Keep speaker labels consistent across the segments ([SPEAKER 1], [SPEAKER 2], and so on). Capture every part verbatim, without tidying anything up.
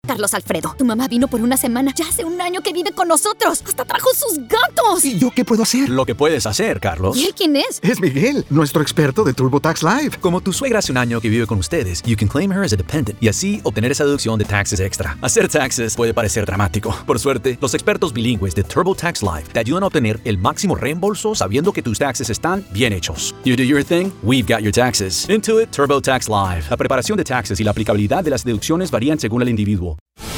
[SPEAKER 1] Carlos Alfredo, tu mamá vino por una semana. Ya hace un año que vive con nosotros. Hasta trajo sus gatos.
[SPEAKER 2] ¿Y yo qué puedo hacer?
[SPEAKER 3] Lo que puedes hacer, Carlos.
[SPEAKER 1] ¿Y él quién es?
[SPEAKER 2] Es Miguel, nuestro experto de TurboTax Live.
[SPEAKER 3] Como tu suegra hace un año que vive con ustedes, you can claim her as a dependent y así obtener esa deducción de taxes extra. Hacer taxes puede parecer dramático. Por suerte, los expertos bilingües de TurboTax Live te ayudan a obtener el máximo reembolso sabiendo que tus taxes están bien hechos. You do your thing, we've got your taxes. Intuit TurboTax Live. La preparación de taxes y la aplicabilidad de las deducciones varían según el individuo.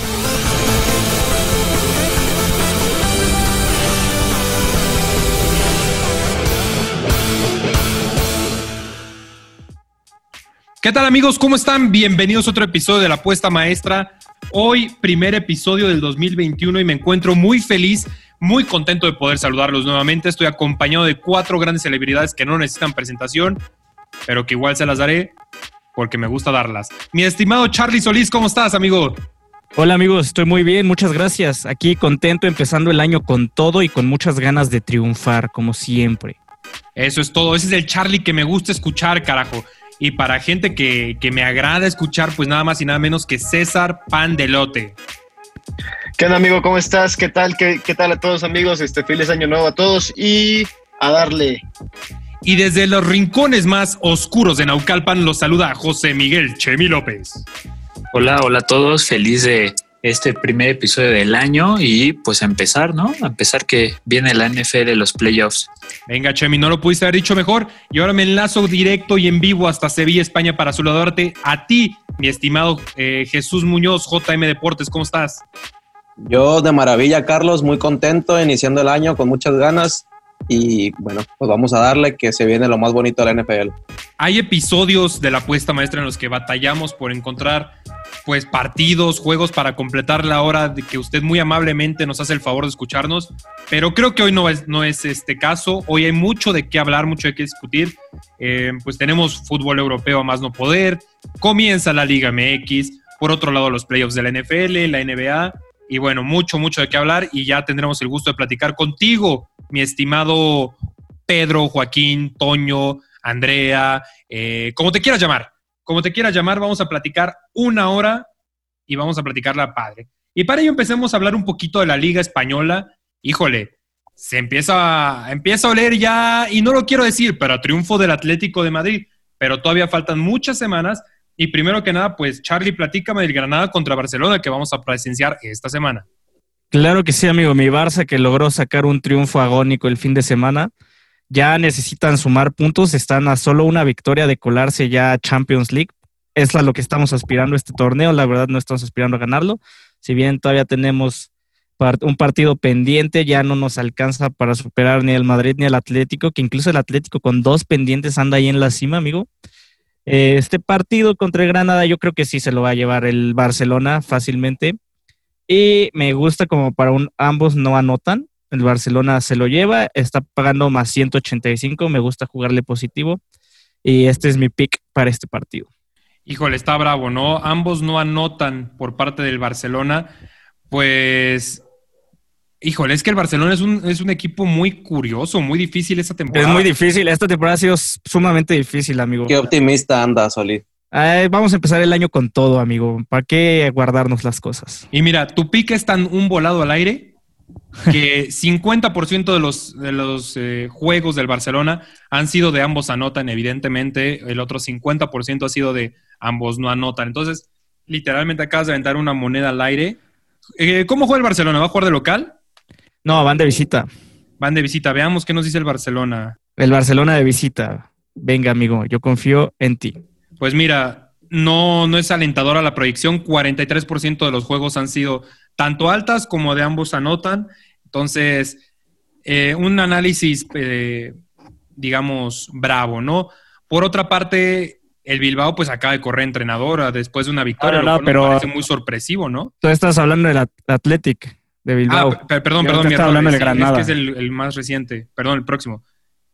[SPEAKER 4] ¿Qué tal, amigos? ¿Cómo están? Bienvenidos a otro episodio de La Apuesta Maestra. Hoy, primer episodio del dos mil veintiuno y me encuentro muy feliz, muy contento de poder saludarlos nuevamente. Estoy acompañado de cuatro grandes celebridades que no necesitan presentación, pero que igual se las daré porque me gusta darlas. Mi estimado Charlie Solís, ¿cómo estás, amigo?
[SPEAKER 5] Hola, amigos, estoy muy bien, muchas gracias. Aquí contento, empezando el año con todo y con muchas ganas de triunfar, como siempre.
[SPEAKER 4] Eso es todo, ese es el Charlie que me gusta escuchar, carajo. Y para gente que, que me agrada escuchar, pues nada más y nada menos que César Pandelote.
[SPEAKER 6] ¿Qué onda, amigo? ¿Cómo estás? ¿Qué tal? ¿Qué, qué tal a todos, amigos? Este, feliz año nuevo a todos y a darle.
[SPEAKER 4] Y desde los rincones más oscuros de Naucalpan los saluda José Miguel Chemi López.
[SPEAKER 7] Hola, hola a todos. Feliz de este primer episodio del año y pues a empezar, ¿no? A empezar que viene la N F L, los playoffs.
[SPEAKER 4] Venga, Chemi, no lo pudiste haber dicho mejor. Y ahora me enlazo directo y en vivo hasta Sevilla, España, para saludarte a ti, mi estimado eh, Jesús Muñoz, J M Deportes. ¿Cómo estás?
[SPEAKER 8] Yo de maravilla, Carlos, muy contento, iniciando el año con muchas ganas. Y bueno, pues vamos a darle que se viene lo más bonito de la N F L. Hay
[SPEAKER 4] episodios de La Apuesta Maestra en los que batallamos por encontrar pues partidos, juegos para completar la hora de que usted muy amablemente nos hace el favor de escucharnos, pero creo que hoy no es, no es este caso. Hoy hay mucho de qué hablar, mucho de qué discutir. Eh, pues tenemos fútbol europeo a más no poder, comienza la Liga M X, por otro lado los playoffs de la N F L, la N B A, y bueno, mucho, mucho de qué hablar, y ya tendremos el gusto de platicar contigo, mi estimado Pedro, Joaquín, Toño, Andrea, eh, como te quieras llamar. Como te quieras llamar, vamos a platicar una hora y vamos a platicarla padre. Y para ello empecemos a hablar un poquito de la Liga Española. Híjole, se empieza, empieza a oler ya, y no lo quiero decir, pero a triunfo del Atlético de Madrid. Pero todavía faltan muchas semanas. Y primero que nada, pues Charlie, platícame del Granada contra Barcelona que vamos a presenciar esta semana.
[SPEAKER 5] Claro que sí, amigo. Mi Barça, que logró sacar un triunfo agónico el fin de semana. Ya necesitan sumar puntos, están a solo una victoria de colarse ya a Champions League. Es a lo que estamos aspirando este torneo, la verdad no estamos aspirando a ganarlo. Si bien todavía tenemos part- un partido pendiente, ya no nos alcanza para superar ni al Madrid ni al Atlético, que incluso el Atlético con dos pendientes anda ahí en la cima, amigo. Eh, este partido contra el Granada yo creo que sí se lo va a llevar el Barcelona fácilmente. Y me gusta como para un ambos no anotan. El Barcelona se lo lleva, está pagando más ciento ochenta y cinco, me gusta jugarle positivo y este es mi pick para este partido.
[SPEAKER 4] Híjole, está bravo, ¿no? Ambos no anotan por parte del Barcelona, pues, híjole, es que el Barcelona es un, es un equipo muy curioso, muy difícil esta temporada.
[SPEAKER 5] Es muy difícil, esta temporada ha sido sumamente difícil, amigo.
[SPEAKER 8] Qué optimista anda, Solís.
[SPEAKER 5] Eh, vamos a empezar el año con todo, amigo, ¿para qué guardarnos las cosas?
[SPEAKER 4] Y mira, tu pick es tan un volado al aire que cincuenta por ciento de los, de los eh, juegos del Barcelona han sido de ambos anotan, evidentemente. El otro cincuenta por ciento ha sido de ambos no anotan. Entonces, literalmente acabas de aventar una moneda al aire. Eh, ¿Cómo juega el Barcelona? ¿Va a jugar de local?
[SPEAKER 5] No, van de visita.
[SPEAKER 4] Van de visita. Veamos qué nos dice el Barcelona.
[SPEAKER 5] El Barcelona de visita. Venga, amigo, yo confío en ti.
[SPEAKER 4] Pues mira, no, no es alentadora la proyección. cuarenta y tres por ciento de los juegos han sido tanto altas como de ambos anotan. Entonces, eh, un análisis, eh, digamos, bravo, ¿no? Por otra parte, el Bilbao pues acaba de correr entrenadora después de una victoria,
[SPEAKER 5] ah, no,
[SPEAKER 4] lo cual
[SPEAKER 5] pero
[SPEAKER 4] me parece muy sorpresivo, ¿no?
[SPEAKER 5] Tú estás hablando del Athletic de Bilbao.
[SPEAKER 4] Ah, p- perdón,
[SPEAKER 5] Yo
[SPEAKER 4] perdón, mi
[SPEAKER 5] estaba
[SPEAKER 4] error,
[SPEAKER 5] hablando del
[SPEAKER 4] sí,
[SPEAKER 5] Granada.
[SPEAKER 4] es que es el, el más reciente, perdón, el próximo.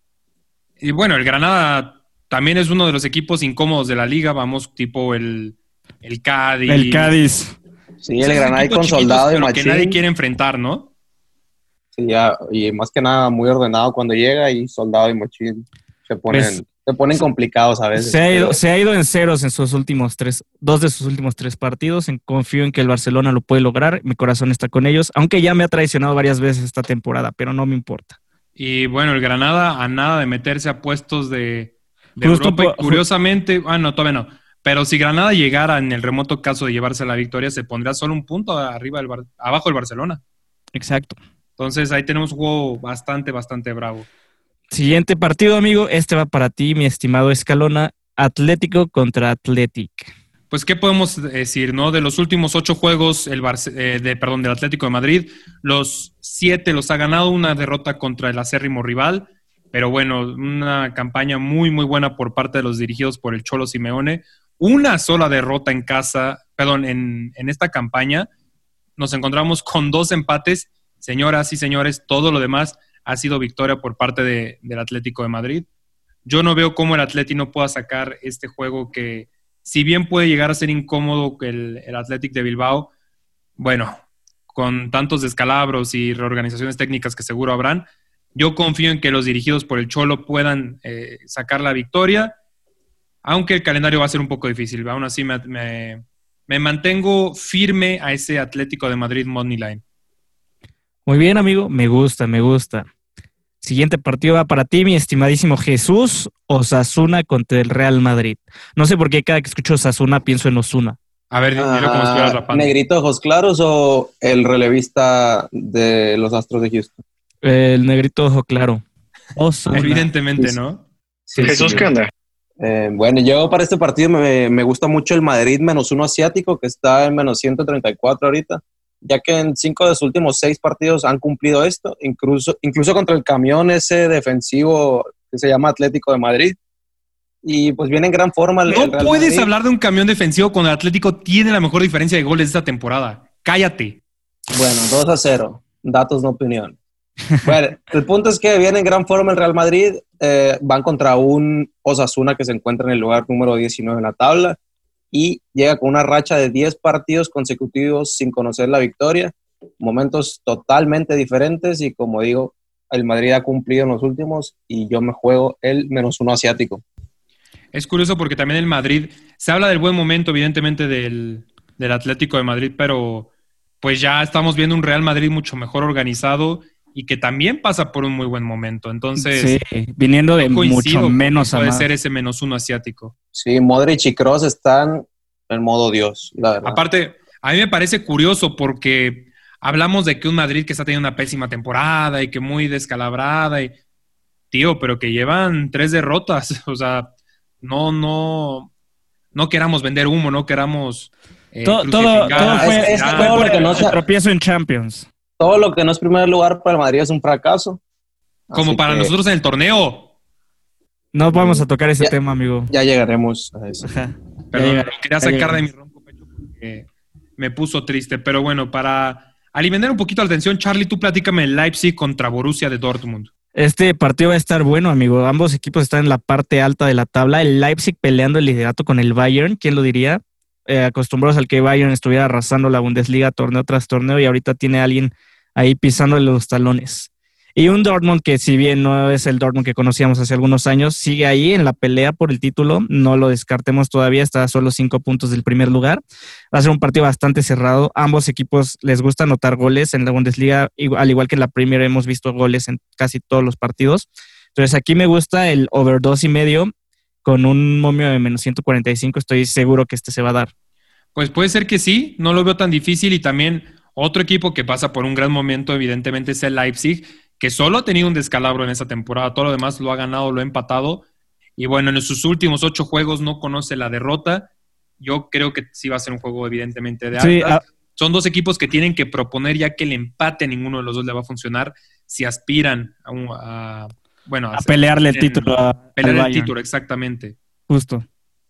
[SPEAKER 4] Y bueno, el Granada también es uno de los equipos incómodos de la liga, vamos, tipo el, el Cádiz.
[SPEAKER 5] El Cádiz.
[SPEAKER 8] Sí, el Granada con Soldado y Machín.
[SPEAKER 4] Que nadie quiere enfrentar, ¿no?
[SPEAKER 8] Sí, ya, y más que nada muy ordenado cuando llega y Soldado y Machín se ponen
[SPEAKER 5] Pues,
[SPEAKER 8] Se ponen complicados a veces.
[SPEAKER 5] Se ha, ido,
[SPEAKER 8] pero...
[SPEAKER 5] se ha ido en ceros en sus últimos tres, dos de sus últimos tres partidos. En, confío en que el Barcelona lo puede lograr. Mi corazón está con ellos, aunque ya me ha traicionado varias veces esta temporada, pero no me importa.
[SPEAKER 4] Y bueno, el Granada a nada de meterse a puestos de, de Europa. Y curiosamente, ah, no, todavía no. Pero si Granada llegara en el remoto caso de llevarse la victoria, se pondría solo un punto arriba del Bar- abajo del Barcelona.
[SPEAKER 5] Exacto.
[SPEAKER 4] Entonces ahí tenemos un juego bastante, bastante bravo.
[SPEAKER 5] Siguiente partido, amigo. Este va para ti, mi estimado Escalona. Atlético contra Athletic.
[SPEAKER 4] Pues, ¿qué podemos decir, no? De los últimos ocho juegos, el Barce- eh, de, perdón, del Atlético de Madrid, los siete los ha ganado, una derrota contra el acérrimo rival. Pero bueno, una campaña muy, muy buena por parte de los dirigidos por el Cholo Simeone. Una sola derrota en casa, perdón, en, en esta campaña. Nos encontramos con dos empates. Señoras y señores, todo lo demás ha sido victoria por parte de, del Atlético de Madrid. Yo no veo cómo el Atlético no pueda sacar este juego que, si bien puede llegar a ser incómodo el, el Athletic de Bilbao, bueno, con tantos descalabros y reorganizaciones técnicas que seguro habrán, yo confío en que los dirigidos por el Cholo puedan eh, sacar la victoria, aunque el calendario va a ser un poco difícil. Aún así me, me, me mantengo firme a ese Atlético de Madrid money line.
[SPEAKER 5] Muy bien, amigo. Me gusta, me gusta. Siguiente partido va para ti, mi estimadísimo Jesús. Osasuna contra el Real Madrid. No sé por qué cada que escucho Osasuna pienso en Osuna.
[SPEAKER 4] A ver, dilo como si estuvieras rapando.
[SPEAKER 8] ¿Negrito ojos claros o el relevista de los Astros de Houston?
[SPEAKER 5] El negrito ojo claro. Osasuna.
[SPEAKER 4] Evidentemente, ¿no?
[SPEAKER 6] Sí, Jesús, sí. ¿Qué onda?
[SPEAKER 8] Eh, bueno, yo para este partido me, me gusta mucho el Madrid menos uno asiático, que está en menos ciento treinta y cuatro ahorita, ya que en cinco de sus últimos seis partidos han cumplido esto, incluso, incluso contra el camión ese defensivo que se llama Atlético de Madrid. Y pues viene en gran forma. El,
[SPEAKER 4] no
[SPEAKER 8] el Real
[SPEAKER 4] puedes
[SPEAKER 8] Madrid.
[SPEAKER 4] hablar de un camión defensivo cuando el Atlético tiene la mejor diferencia de goles de esta temporada. Cállate.
[SPEAKER 8] Bueno, dos a cero. Datos, no opinión. Bueno, el punto es que viene en gran forma el Real Madrid. Eh, van contra un Osasuna que se encuentra en el lugar número diecinueve en la tabla y llega con una racha de diez partidos consecutivos sin conocer la victoria. Momentos totalmente diferentes y, como digo, el Madrid ha cumplido en los últimos y yo me juego el menos uno asiático.
[SPEAKER 4] Es curioso porque también el Madrid, se habla del buen momento evidentemente del, del Atlético de Madrid, pero pues ya estamos viendo un Real Madrid mucho mejor organizado y que también pasa por un muy buen momento. Entonces,
[SPEAKER 5] sí, viniendo de mucho menos a
[SPEAKER 4] puede
[SPEAKER 5] más.
[SPEAKER 4] ser ese menos uno asiático.
[SPEAKER 8] Sí, Modric y Kroos están en modo Dios, la verdad.
[SPEAKER 4] Aparte, a mí me parece curioso porque hablamos de que un Madrid que está teniendo una pésima temporada y que muy descalabrada y tío, pero que llevan tres derrotas, o sea, no, no, no queramos vender humo, no queramos eh,
[SPEAKER 5] todo, todo, todo fue,
[SPEAKER 8] es, es,
[SPEAKER 5] ya,
[SPEAKER 8] todo lo que no se
[SPEAKER 5] tropiezo en Champions.
[SPEAKER 8] Todo lo que no es primer lugar para el Madrid es un fracaso.
[SPEAKER 4] Como
[SPEAKER 8] Así
[SPEAKER 4] para
[SPEAKER 8] que
[SPEAKER 4] nosotros en el torneo.
[SPEAKER 5] No vamos a tocar ese
[SPEAKER 8] ya,
[SPEAKER 5] tema, amigo.
[SPEAKER 8] Ya llegaremos a eso.
[SPEAKER 5] Ajá.
[SPEAKER 4] Perdón, lo quería sacar de mi ronco pecho porque me puso triste. Pero bueno, para alimentar un poquito la atención, Charlie, tú platícame el Leipzig contra Borussia de Dortmund.
[SPEAKER 5] Este partido va a estar bueno, amigo. Ambos equipos están en la parte alta de la tabla. El Leipzig peleando el liderato con el Bayern. ¿Quién lo diría? Eh, acostumbrados al que Bayern estuviera arrasando la Bundesliga torneo tras torneo y ahorita tiene a alguien ahí pisándole los talones. Y un Dortmund que, si bien no es el Dortmund que conocíamos hace algunos años, sigue ahí en la pelea por el título. No lo descartemos todavía, está a solo cinco puntos del primer lugar. Va a ser un partido bastante cerrado. Ambos equipos les gusta anotar goles. En la Bundesliga, al igual que en la Premier, hemos visto goles en casi todos los partidos. Entonces aquí me gusta el over dos y medio con un momio de menos ciento cuarenta y cinco. Estoy seguro que este se va a dar.
[SPEAKER 4] Pues puede ser que sí, no lo veo tan difícil. Y también otro equipo que pasa por un gran momento, evidentemente, es el Leipzig, que solo ha tenido un descalabro en esta temporada. Todo lo demás lo ha ganado, lo ha empatado. Y bueno, en sus últimos ocho juegos no conoce la derrota. Yo creo que sí va a ser un juego evidentemente de alta. Sí, uh... Son dos equipos que tienen que proponer, ya que el empate a ninguno de los dos le va a funcionar si aspiran a, un, a bueno,
[SPEAKER 5] a, a pelearle el título. A,
[SPEAKER 4] pelear el título, exactamente.
[SPEAKER 5] Justo.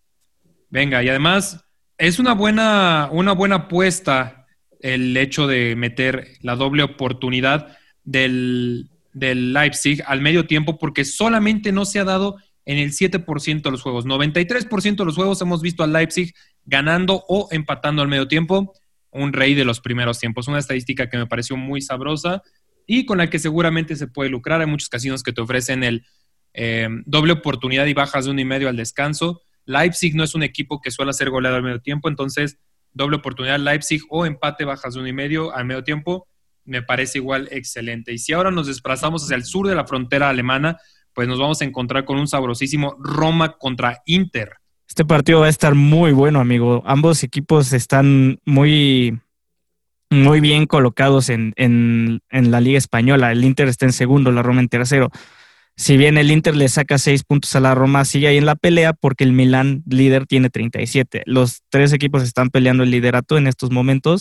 [SPEAKER 4] Venga, y además es una buena, una buena apuesta el hecho de meter la doble oportunidad Del, del Leipzig al medio tiempo, porque solamente no se ha dado en el siete por ciento de los juegos. noventa y tres por ciento de los juegos hemos visto al Leipzig ganando o empatando al medio tiempo. Un rey de los primeros tiempos. Una estadística que me pareció muy sabrosa y con la que seguramente se puede lucrar. Hay muchos casinos que te ofrecen el eh, doble oportunidad y bajas de uno y medio al descanso. Leipzig no es un equipo que suele hacer goleado al medio tiempo, entonces doble oportunidad Leipzig o empate bajas de uno y medio al medio tiempo me parece igual excelente. Y si ahora nos desplazamos hacia el sur de la frontera alemana, pues nos vamos a encontrar con un sabrosísimo Roma contra Inter.
[SPEAKER 5] Este partido va a estar muy bueno, amigo. Ambos equipos están muy, muy bien colocados en, en, en la Liga Española. El Inter está en segundo, la Roma en tercero. Si bien el Inter le saca seis puntos a la Roma, sigue ahí en la pelea porque el Milán, líder, tiene treinta y siete. Los tres equipos están peleando el liderato en estos momentos.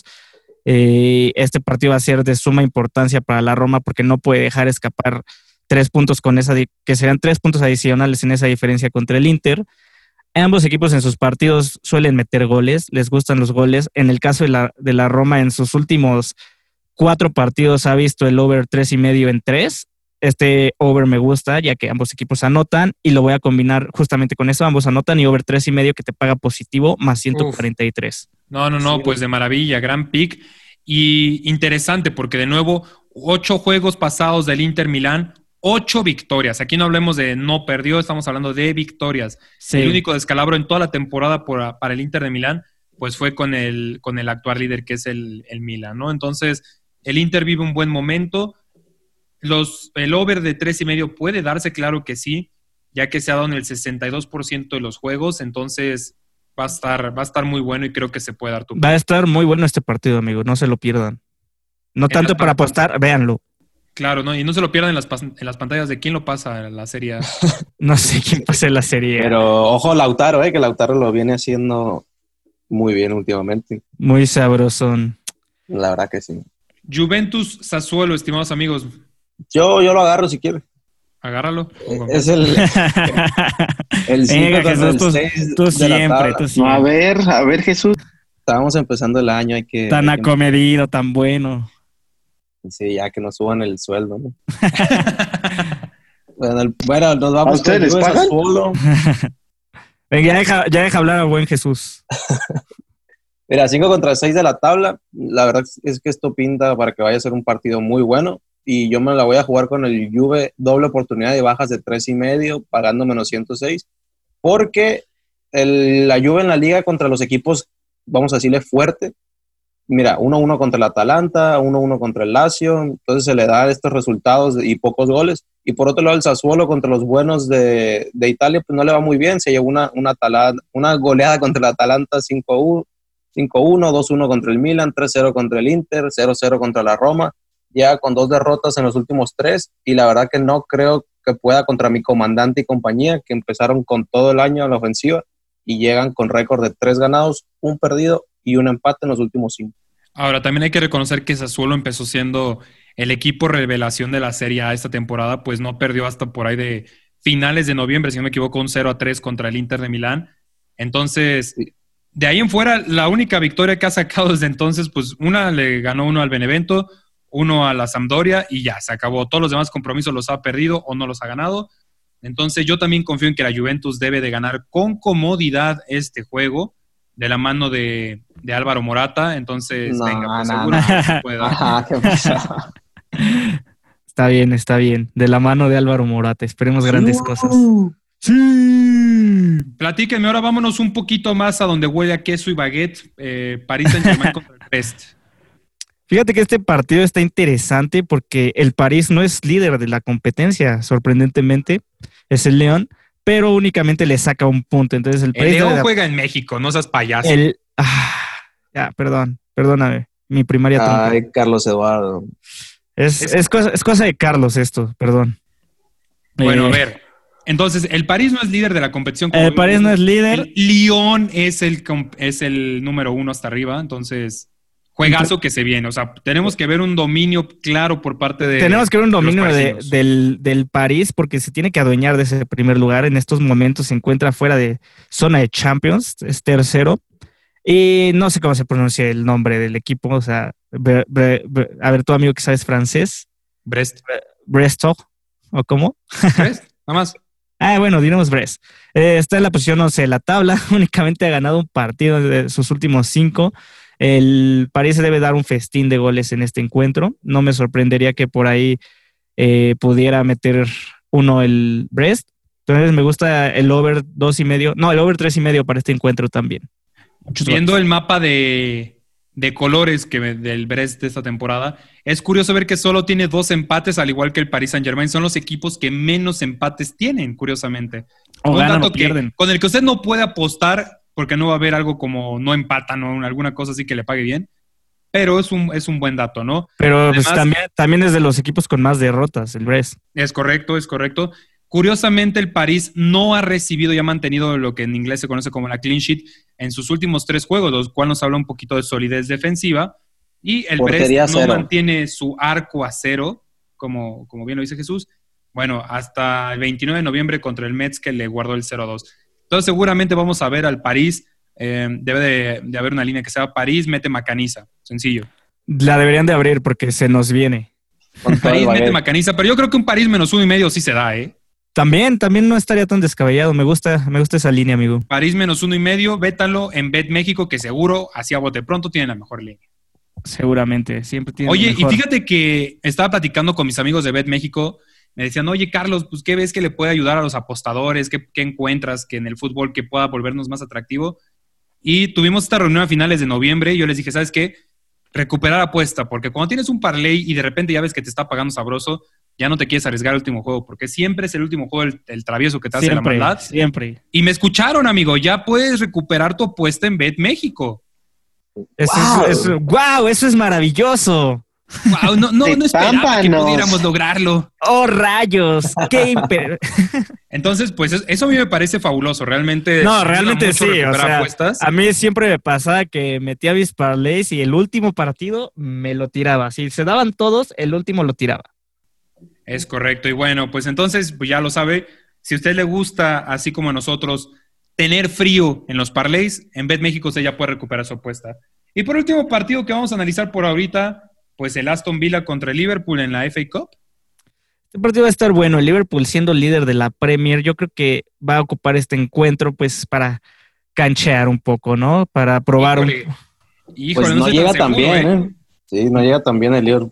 [SPEAKER 5] Eh, este partido va a ser de suma importancia para la Roma porque no puede dejar escapar tres puntos con esa, que serían tres puntos adicionales en esa diferencia contra el Inter. Ambos equipos en sus partidos suelen meter goles, les gustan los goles. En el caso de la, de la Roma, en sus últimos cuatro partidos ha visto el over tres y medio en tres. Este over me gusta, ya que ambos equipos anotan, y lo voy a combinar justamente con eso. Ambos anotan y over tres y medio que te paga positivo más ciento cuarenta y tres.
[SPEAKER 4] Uf. No, no, no, sí, pues de maravilla, gran pick. Y interesante porque de nuevo, ocho juegos pasados del Inter Milán, ocho victorias. Aquí no hablemos de no perdió, estamos hablando de victorias. Sí. El único descalabro en toda la temporada por, para el Inter de Milán, pues fue con el, con el actual líder que es el, el Milán, ¿no? Entonces, el Inter vive un buen momento. Los, el over de tres y medio puede darse, claro que sí, ya que se ha dado en el sesenta y dos por ciento de los juegos, entonces va a estar, va a estar muy bueno y creo que se puede dar tu...
[SPEAKER 5] Va a estar muy bueno este partido, amigo, no se lo pierdan. No tanto para apostar, véanlo.
[SPEAKER 4] Claro, ¿no? Y no se lo pierdan en las, en las pantallas de quién lo pasa en la serie.
[SPEAKER 5] No sé quién pasa en la serie.
[SPEAKER 8] Pero ojo Lautaro, eh, que Lautaro lo viene haciendo muy bien últimamente.
[SPEAKER 5] Muy sabrosón.
[SPEAKER 8] La verdad que sí.
[SPEAKER 4] Juventus Sassuolo, estimados amigos.
[SPEAKER 8] Yo, yo lo agarro si quieres.
[SPEAKER 4] Agárralo.
[SPEAKER 8] Es el el cinco contra el seis
[SPEAKER 5] tú siempre, tú siempre.
[SPEAKER 6] A ver, a ver, Jesús.
[SPEAKER 8] Estábamos empezando el año, hay que...
[SPEAKER 5] Tan
[SPEAKER 8] hay que...
[SPEAKER 5] acomedido, tan bueno.
[SPEAKER 8] Sí, ya que nos suban el sueldo, ¿no? bueno, el, bueno, nos vamos
[SPEAKER 6] ¿a ustedes
[SPEAKER 8] con
[SPEAKER 6] les pagan?
[SPEAKER 8] Sassuolo.
[SPEAKER 5] Venga, ya deja, ya deja hablar a buen Jesús.
[SPEAKER 8] Mira, cinco contra seis de la tabla. La verdad es que esto pinta para que vaya a ser un partido muy bueno. Y yo me la voy a jugar con el Juve doble oportunidad de bajas de tres y medio, pagando menos ciento seis, porque el, la Juve en la liga contra los equipos, vamos a decirle, fuerte. Mira, uno uno contra el Atalanta, uno uno contra el Lazio, entonces se le da estos resultados y pocos goles. Y por otro lado, el Sassuolo contra los buenos de, de Italia, pues no le va muy bien, se llevó una, una, Atalanta, una goleada contra el Atalanta cinco uno, dos uno contra el Milan, tres cero contra el Inter, cero cero contra la Roma. Ya con dos derrotas en los últimos tres, y la verdad que no creo que pueda contra mi comandante y compañía, que empezaron con todo el año a la ofensiva y llegan con récord de tres ganados, un perdido y un empate en los últimos cinco.
[SPEAKER 4] Ahora, también hay que reconocer que Sassuolo empezó siendo el equipo revelación de la Serie A esta temporada, pues no perdió hasta por ahí de finales de noviembre, si no me equivoco, un cero a tres contra el Inter de Milán. Entonces, sí. De ahí en fuera, la única victoria que ha sacado desde entonces, pues una le ganó uno al Benevento, uno a la Sampdoria y ya, se acabó. Todos los demás compromisos los ha perdido o no los ha ganado. Entonces yo también confío en que la Juventus debe de ganar con comodidad este juego de la mano de, de Álvaro Morata. Entonces,
[SPEAKER 8] no,
[SPEAKER 4] venga, pues
[SPEAKER 8] no,
[SPEAKER 4] seguro
[SPEAKER 8] no.
[SPEAKER 4] que se puede dar.
[SPEAKER 8] Ajá, ¿qué pasa?
[SPEAKER 5] Está bien, está bien. De la mano de Álvaro Morata. Esperemos grandes uh, cosas.
[SPEAKER 4] ¡Sí! Platíquenme, ahora vámonos un poquito más a donde huele a queso y baguette. Eh, París Saint-Germain contra el Brest.
[SPEAKER 5] Fíjate que este partido está interesante porque el París no es líder de la competencia, sorprendentemente, es el León, pero únicamente le saca un punto. Entonces el,
[SPEAKER 4] el León
[SPEAKER 5] la...
[SPEAKER 4] juega en México, no seas payaso.
[SPEAKER 5] El... Ah, ya, perdón, perdóname, mi primaria
[SPEAKER 8] trompa. Ay, Carlos Eduardo.
[SPEAKER 5] Es, es... Es, cosa, es cosa de Carlos esto, perdón.
[SPEAKER 4] Bueno,
[SPEAKER 5] eh...
[SPEAKER 4] a ver, entonces el París no es líder de la competición.
[SPEAKER 5] El París no es líder.
[SPEAKER 4] El Lyon es el, es el número uno hasta arriba, entonces... Juegazo que se viene, o sea, tenemos que ver un dominio claro por parte de...
[SPEAKER 5] Tenemos que ver un dominio de, del, del París porque se tiene que adueñar de ese primer lugar. En estos momentos se encuentra fuera de zona de Champions, es tercero. Y no sé cómo se pronuncia el nombre del equipo, o sea, bre, bre, bre, a ver, tu amigo que sabes francés.
[SPEAKER 4] Brest.
[SPEAKER 5] Bresto, ¿o cómo?
[SPEAKER 4] Brest, nada más.
[SPEAKER 5] Ah, bueno, diremos Brest. Eh, está en la posición once de la tabla, únicamente ha ganado un partido de sus últimos cinco. El París debe dar un festín de goles en este encuentro. No me sorprendería que por ahí eh, pudiera meter uno el Brest. Entonces me gusta el over dos y medio. No, el over tres y medio para este encuentro también. Muchos
[SPEAKER 4] Viendo
[SPEAKER 5] goles.
[SPEAKER 4] el mapa de, de colores que del Brest de esta temporada, es curioso ver que solo tiene dos empates, al igual que el Paris Saint-Germain. Son los equipos que menos empates tienen, curiosamente.
[SPEAKER 5] O
[SPEAKER 4] Un
[SPEAKER 5] ganan
[SPEAKER 4] dato
[SPEAKER 5] o
[SPEAKER 4] que-
[SPEAKER 5] pierden.
[SPEAKER 4] con el que usted no puede apostar, porque no va a haber algo como no empatan o alguna cosa así que le pague bien. Pero es un, es un buen dato, ¿no?
[SPEAKER 5] Pero pues,
[SPEAKER 4] Además-
[SPEAKER 5] también, también es de los equipos con más derrotas, el Brest.
[SPEAKER 4] Es correcto, es correcto. Curiosamente, el París no ha recibido y ha mantenido lo que en inglés se conoce como la clean sheet en sus últimos tres juegos, lo cual nos habla un poquito de solidez defensiva. Y el
[SPEAKER 8] Portería
[SPEAKER 4] Brest no
[SPEAKER 8] cero.
[SPEAKER 4] mantiene su arco a cero, como, como bien lo dice Jesús. Bueno, hasta el veintinueve de noviembre contra el Metz, que le guardó el cero a dos. Entonces, seguramente vamos a ver al París. Eh, debe de, de haber una línea que sea París, mete Macaniza. Sencillo.
[SPEAKER 5] La deberían de abrir porque se nos viene.
[SPEAKER 8] Con todo el
[SPEAKER 4] París mete
[SPEAKER 8] baguette.
[SPEAKER 4] Macaniza, pero yo creo que un París menos uno y medio sí se da, ¿eh?
[SPEAKER 5] También, también no estaría tan descabellado. Me gusta, me gusta esa línea, amigo.
[SPEAKER 4] París menos uno y medio, vétalo en Bet México, que seguro, así a bote pronto, tienen la mejor línea.
[SPEAKER 5] Seguramente, siempre tiene
[SPEAKER 4] Oye,
[SPEAKER 5] mejor.
[SPEAKER 4] y fíjate que estaba platicando con mis amigos de Bet México, me decían, oye, Carlos, pues, ¿qué ves que le puede ayudar a los apostadores? ¿Qué, qué encuentras que en el fútbol que pueda volvernos más atractivo? Y tuvimos esta reunión a finales de noviembre y yo les dije, ¿sabes qué? Recuperar apuesta, porque cuando tienes un parlay y de repente ya ves que te está pagando sabroso, ya no te quieres arriesgar el último juego, porque siempre es el último juego el, el travieso que te hace
[SPEAKER 5] Siempre,
[SPEAKER 4] la maldad.
[SPEAKER 5] siempre.
[SPEAKER 4] Y me escucharon, amigo, ya puedes recuperar tu apuesta en Bet México.
[SPEAKER 5] Eso
[SPEAKER 8] ¡Wow!
[SPEAKER 5] es, eso, ¡Wow! Eso es maravilloso.
[SPEAKER 4] Wow, no, no, no esperaba que
[SPEAKER 6] Támpanos.
[SPEAKER 4] pudiéramos lograrlo.
[SPEAKER 5] ¡Oh, rayos! ¡Qué imper...
[SPEAKER 4] Entonces, pues es- eso a mí me parece fabuloso. Realmente.
[SPEAKER 5] No,
[SPEAKER 4] ayuda
[SPEAKER 5] realmente
[SPEAKER 4] mucho
[SPEAKER 5] sí. O
[SPEAKER 4] recuperar
[SPEAKER 5] sea,
[SPEAKER 4] apuestas.
[SPEAKER 5] a mí siempre me pasaba que metía mis parlays y el último partido me lo tiraba. Si se daban todos, el último lo tiraba.
[SPEAKER 4] Es correcto. Y bueno, pues entonces, pues ya lo sabe. Si a usted le gusta, así como a nosotros, tener frío en los parlays, en Bet México usted ya puede recuperar su apuesta. Y por último partido que vamos a analizar por ahorita, pues el Aston Villa contra el Liverpool en la F A Cup.
[SPEAKER 5] Este partido va a estar bueno. El Liverpool siendo líder de la Premier, yo creo que va a ocupar este encuentro pues para canchear un poco, ¿no? Para probar un...
[SPEAKER 4] Híjole, híjole,
[SPEAKER 8] Pues
[SPEAKER 4] no
[SPEAKER 8] no
[SPEAKER 4] soy
[SPEAKER 8] llega
[SPEAKER 4] tan
[SPEAKER 8] tan
[SPEAKER 4] seguro,
[SPEAKER 8] bien,
[SPEAKER 4] ¿eh?
[SPEAKER 8] ¿eh? Sí, no llega tan bien el Liverpool.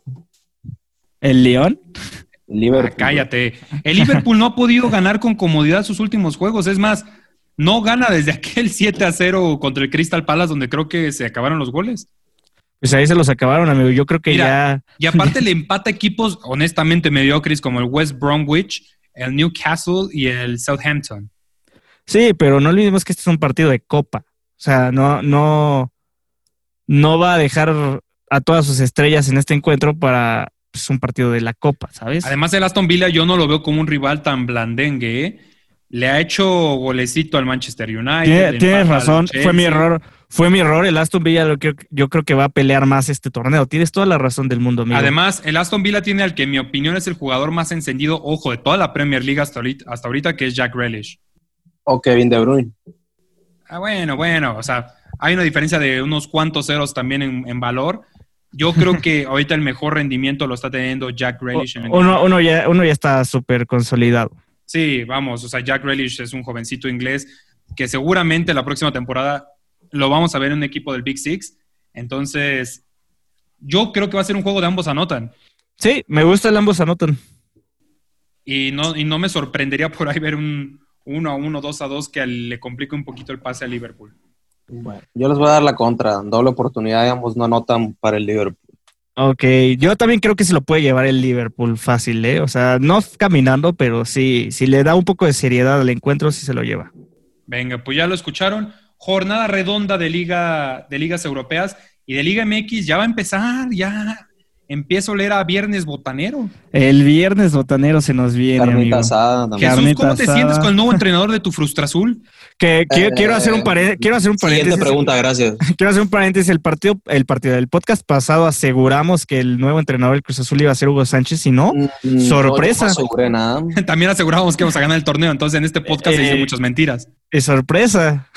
[SPEAKER 5] ¿El León?
[SPEAKER 8] El Liverpool.
[SPEAKER 4] Ah, cállate. El Liverpool no ha podido ganar con comodidad sus últimos juegos. Es más, no gana desde aquel siete a cero contra el Crystal Palace, donde creo que se acabaron los goles.
[SPEAKER 5] Pues ahí se los acabaron, amigo. Yo creo que
[SPEAKER 4] Mira,
[SPEAKER 5] ya...
[SPEAKER 4] Y aparte le empata equipos honestamente mediocres como el West Bromwich, el Newcastle y el Southampton.
[SPEAKER 5] Sí, pero no olvidemos que este es un partido de copa. O sea, no, no, no va a dejar a todas sus estrellas en este encuentro para pues, un partido de la copa, ¿sabes?
[SPEAKER 4] Además, el Aston Villa yo no lo veo como un rival tan blandengue, ¿eh? Le ha hecho golecito al Manchester United.
[SPEAKER 5] Tiene-
[SPEAKER 4] le
[SPEAKER 5] Tienes
[SPEAKER 4] empata al
[SPEAKER 5] razón, fue mi
[SPEAKER 4] Chelsea.
[SPEAKER 5] error. Fue mi error. El Aston Villa lo que, yo creo que va a pelear más este torneo. Tienes toda la razón del mundo, amigo.
[SPEAKER 4] Además, el Aston Villa tiene al que en mi opinión es el jugador más encendido, ojo, de toda la Premier League hasta ahorita, hasta ahorita que es Jack Grealish.
[SPEAKER 8] O Kevin De Bruyne.
[SPEAKER 4] Ah, bueno, bueno, o sea, hay una diferencia de unos cuantos ceros también en, en valor. Yo creo que ahorita el mejor rendimiento lo está teniendo Jack Grealish. en el-
[SPEAKER 5] uno, uno, ya, uno ya está súper consolidado.
[SPEAKER 4] Sí, vamos, o sea, Jack Grealish es un jovencito inglés que seguramente la próxima temporada lo vamos a ver en un equipo del Big Six. Entonces, yo creo que va a ser un juego de ambos anotan.
[SPEAKER 5] Sí, me gusta el ambos anotan.
[SPEAKER 4] Y no, y no me sorprendería por ahí ver un uno a uno, dos a dos que le complique un poquito el pase a Liverpool.
[SPEAKER 8] Bueno, yo les voy a dar la contra. Doble oportunidad y ambos no anotan para el Liverpool.
[SPEAKER 5] Ok, yo también creo que se lo puede llevar el Liverpool fácil, ¿eh? O sea, no caminando, pero sí, si le da un poco de seriedad al encuentro, sí se lo lleva.
[SPEAKER 4] Venga, pues ya lo escucharon. Jornada redonda de liga, de ligas europeas y de Liga M X ya va a empezar, ya empiezo a oler a viernes botanero.
[SPEAKER 5] El viernes botanero se nos viene,
[SPEAKER 8] Carnita
[SPEAKER 5] amigo.
[SPEAKER 8] asada también.
[SPEAKER 4] Jesús,
[SPEAKER 5] Carnita
[SPEAKER 4] ¿cómo te
[SPEAKER 5] asada.
[SPEAKER 4] sientes con el nuevo entrenador de tu Frustra Azul?
[SPEAKER 5] Que, que-
[SPEAKER 8] Eh,
[SPEAKER 5] quiero hacer un pare- quiero hacer un
[SPEAKER 8] Siguiente
[SPEAKER 5] paréntesis.
[SPEAKER 8] pregunta, gracias.
[SPEAKER 5] Quiero hacer un paréntesis. El partido, el partido del podcast pasado aseguramos que el nuevo entrenador del Cruz Azul iba a ser Hugo Sánchez y no.
[SPEAKER 8] Mm,
[SPEAKER 5] Sorpresa.
[SPEAKER 8] No, yo no aseguré nada.
[SPEAKER 4] También asegurábamos que íbamos a ganar el torneo, entonces en este podcast se
[SPEAKER 5] Eh,
[SPEAKER 4] dicen muchas mentiras.
[SPEAKER 5] Es sorpresa.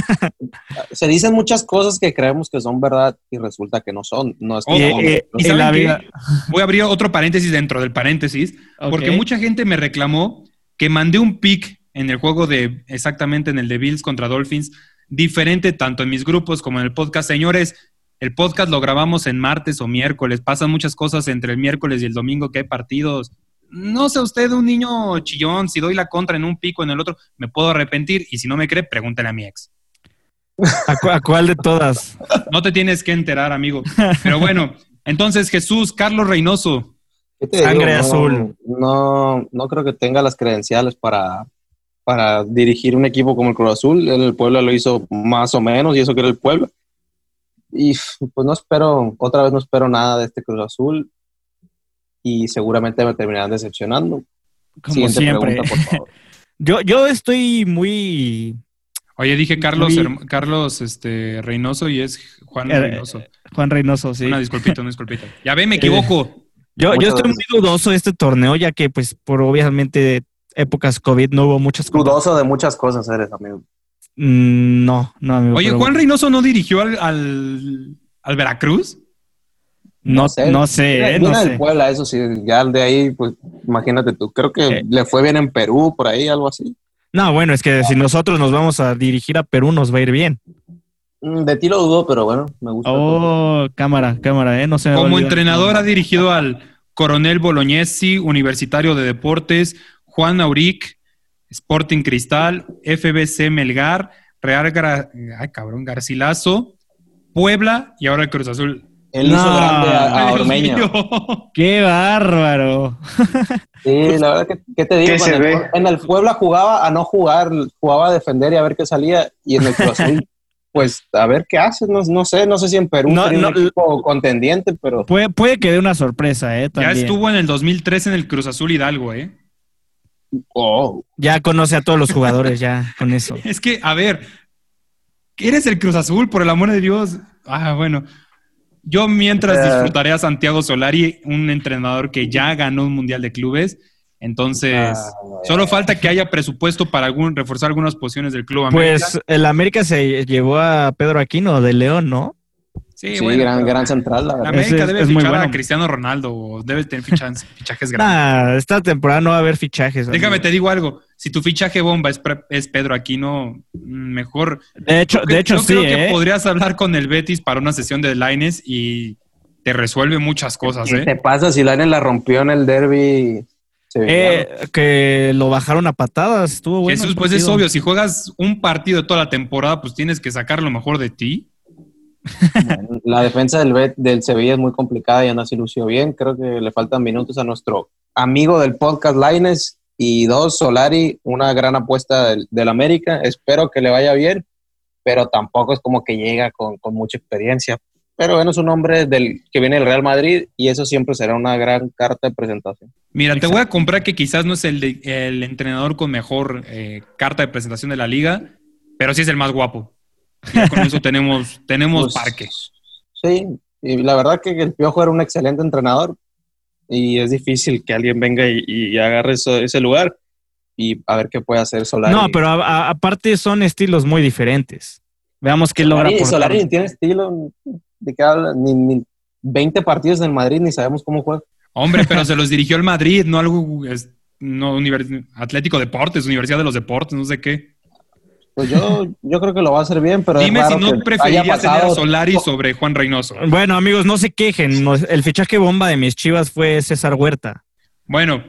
[SPEAKER 8] Se dicen muchas cosas que creemos que son verdad y resulta que no son. No es que
[SPEAKER 4] Ojo,
[SPEAKER 8] no,
[SPEAKER 5] eh,
[SPEAKER 8] no
[SPEAKER 4] ¿Y
[SPEAKER 5] en
[SPEAKER 4] saben
[SPEAKER 5] la
[SPEAKER 4] qué?
[SPEAKER 5] vida.
[SPEAKER 4] Voy a abrir otro paréntesis dentro del paréntesis, porque
[SPEAKER 5] Ok.
[SPEAKER 4] mucha gente me reclamó que mandé un pick en el juego de, exactamente en el de Bills contra Dolphins, diferente tanto en mis grupos como en el podcast. Señores, el podcast lo grabamos en martes o miércoles, pasan muchas cosas entre el miércoles y el domingo que hay partidos. no sea usted un niño chillón, si doy la contra en un pico, en el otro, me puedo arrepentir, y si no me cree, pregúntale a mi ex.
[SPEAKER 5] ¿A, cu- a cuál de todas?
[SPEAKER 4] No te tienes que enterar, amigo. Pero bueno, entonces Jesús, Carlos Reynoso.
[SPEAKER 8] ¿Qué te
[SPEAKER 5] Sangre
[SPEAKER 8] digo? No,
[SPEAKER 5] azul.
[SPEAKER 8] No, no creo que tenga las credenciales para, para dirigir un equipo como el Cruz Azul. El Puebla lo hizo más o menos, y eso que era el Puebla. Y pues no espero, otra vez no espero nada de este Cruz Azul. Y seguramente me terminarán decepcionando.
[SPEAKER 5] Como
[SPEAKER 8] Siguiente
[SPEAKER 5] siempre.
[SPEAKER 8] pregunta, por favor.
[SPEAKER 5] Yo, yo estoy muy...
[SPEAKER 4] Oye, dije Carlos,
[SPEAKER 5] Muy-
[SPEAKER 4] Herm- Carlos este, Reynoso y es Juan
[SPEAKER 5] Eh,
[SPEAKER 4] Reynoso.
[SPEAKER 5] Juan Reynoso, sí.
[SPEAKER 4] Una disculpita, una disculpita. Ya ve, me equivoco.
[SPEAKER 5] Yo, yo
[SPEAKER 8] Muchas
[SPEAKER 5] estoy
[SPEAKER 8] gracias.
[SPEAKER 5] muy dudoso de este torneo, ya que pues por obviamente épocas COVID no hubo muchas cosas.
[SPEAKER 8] Dudoso de muchas cosas eres, amigo.
[SPEAKER 5] Mm, no, no, amigo.
[SPEAKER 4] Oye,
[SPEAKER 5] pero-
[SPEAKER 4] Juan Reynoso no dirigió al, al, al Veracruz.
[SPEAKER 5] No, no sé,
[SPEAKER 8] Viene,
[SPEAKER 5] eh,
[SPEAKER 8] viene
[SPEAKER 5] no
[SPEAKER 8] del
[SPEAKER 5] sé.
[SPEAKER 8] Puebla, eso sí. Ya de ahí, pues imagínate tú. Creo que
[SPEAKER 5] Eh.
[SPEAKER 8] le fue bien en Perú, por ahí, algo así.
[SPEAKER 5] No, bueno, es que si nosotros nos vamos a dirigir a Perú nos va a ir bien.
[SPEAKER 8] Mm, De ti lo dudo, pero bueno, me gusta.
[SPEAKER 5] Oh, cámara, cámara, eh, no se me va a
[SPEAKER 4] Como
[SPEAKER 5] olvidar.
[SPEAKER 4] entrenador ha dirigido al Coronel Bolognesi, Universitario de Deportes, Juan Auric, Sporting Cristal, F B C Melgar, Real Gra- ay, cabrón, Garcilaso, Puebla y ahora el Cruz Azul.
[SPEAKER 8] Él hizo
[SPEAKER 5] No.
[SPEAKER 8] grande a, a
[SPEAKER 4] Ay, Dios
[SPEAKER 8] Ormeño.
[SPEAKER 4] mío.
[SPEAKER 5] ¡Qué bárbaro!
[SPEAKER 8] Sí, la verdad que, ¿qué te digo?
[SPEAKER 6] ¿Qué
[SPEAKER 8] Con
[SPEAKER 6] se
[SPEAKER 8] el-
[SPEAKER 6] ve?
[SPEAKER 8] En el Puebla jugaba a no jugar, jugaba a defender y a ver qué salía. Y en el Cruz Azul, pues a ver qué hace. No, no sé, no sé si en Perú
[SPEAKER 5] No,
[SPEAKER 8] sería un
[SPEAKER 5] no,
[SPEAKER 8] equipo contendiente, pero
[SPEAKER 5] Puede, puede que dé una sorpresa, eh,
[SPEAKER 4] Ya
[SPEAKER 5] también.
[SPEAKER 4] estuvo en el dos mil tres en el Cruz Azul Hidalgo, ¿eh?
[SPEAKER 8] oh,
[SPEAKER 5] Ya conoce a todos los jugadores, ya, con eso.
[SPEAKER 4] Es que, a ver, ¿eres el Cruz Azul, por el amor de Dios? Ah, bueno. Yo mientras
[SPEAKER 8] Eh.
[SPEAKER 4] disfrutaré a Santiago Solari, un entrenador que ya ganó un Mundial de Clubes. Entonces,
[SPEAKER 8] Ah,
[SPEAKER 4] solo falta que haya presupuesto para algún, reforzar algunas posiciones del Club América.
[SPEAKER 5] Pues el América se llevó a Pedro Aquino de León, ¿no?
[SPEAKER 4] sí,
[SPEAKER 8] sí,
[SPEAKER 4] bueno,
[SPEAKER 8] gran,
[SPEAKER 4] pero
[SPEAKER 8] gran central, la
[SPEAKER 4] la
[SPEAKER 8] verdad.
[SPEAKER 4] América
[SPEAKER 5] Ese es-
[SPEAKER 4] debe
[SPEAKER 5] es muy
[SPEAKER 4] fichar
[SPEAKER 5] bueno.
[SPEAKER 4] a Cristiano Ronaldo o debe tener fichas- fichajes grandes.
[SPEAKER 5] Nah, esta temporada no va a haber fichajes.
[SPEAKER 4] Déjame,
[SPEAKER 5] amigo.
[SPEAKER 4] te digo algo. Si tu fichaje bomba es, pre- es Pedro Aquino, mejor.
[SPEAKER 5] De hecho,
[SPEAKER 4] Yo
[SPEAKER 5] de
[SPEAKER 4] cre-
[SPEAKER 5] hecho
[SPEAKER 4] yo
[SPEAKER 5] sí,
[SPEAKER 4] creo que
[SPEAKER 5] ¿eh?
[SPEAKER 4] podrías hablar con el Betis para una sesión de Lainez y te resuelve muchas cosas,
[SPEAKER 8] ¿Qué
[SPEAKER 4] ¿eh?
[SPEAKER 8] te pasa si Lainez la rompió en el derby?
[SPEAKER 5] Eh, que lo bajaron a patadas, estuvo bueno.
[SPEAKER 4] Jesús,
[SPEAKER 5] el
[SPEAKER 4] pues es
[SPEAKER 5] partido.
[SPEAKER 4] obvio, si juegas un partido de toda la temporada, pues tienes que sacar lo mejor de ti.
[SPEAKER 8] Bueno, la defensa del, Bet- del Sevilla es muy complicada y anda se lució bien. Creo que le faltan minutos a nuestro amigo del podcast Lainez. Y dos, Solari, una gran apuesta del, del América. Espero que le vaya bien, pero tampoco es como que llega con, con mucha experiencia. Pero bueno, es un hombre del, que viene del Real Madrid y eso siempre será una gran carta de presentación.
[SPEAKER 4] Mira, te
[SPEAKER 5] Exacto.
[SPEAKER 4] voy a comprar que quizás no es el, de- el entrenador con mejor eh, carta de presentación de la liga, pero sí es el más guapo. Ya con eso tenemos, tenemos
[SPEAKER 8] Pues,
[SPEAKER 4] parque.
[SPEAKER 8] Sí, y la verdad que el Piojo era un excelente entrenador y es difícil que alguien venga y, y agarre eso- ese lugar y a ver qué puede hacer Solari.
[SPEAKER 5] No, pero a- a- aparte son estilos muy diferentes. Veamos qué logra
[SPEAKER 8] Solari,
[SPEAKER 5] aportar.
[SPEAKER 8] Solari ni tiene estilo, de qué habla, ni, ni veinte partidos en el Madrid, ni sabemos cómo juega.
[SPEAKER 4] Hombre, pero se los dirigió el Madrid, no algo es- no univers- Atlético Deportes, Universidad de los Deportes, no sé qué.
[SPEAKER 8] Pues yo, yo creo que lo va a hacer bien, pero
[SPEAKER 4] Dime
[SPEAKER 8] es
[SPEAKER 4] si
[SPEAKER 8] raro
[SPEAKER 4] no
[SPEAKER 8] que
[SPEAKER 4] preferirías
[SPEAKER 8] haya
[SPEAKER 4] tener a
[SPEAKER 8] pasado-
[SPEAKER 4] Solari sobre Juan Reynoso.
[SPEAKER 5] Bueno, amigos, no se quejen. no- el fichaje bomba de mis Chivas fue César Huerta.
[SPEAKER 4] Bueno,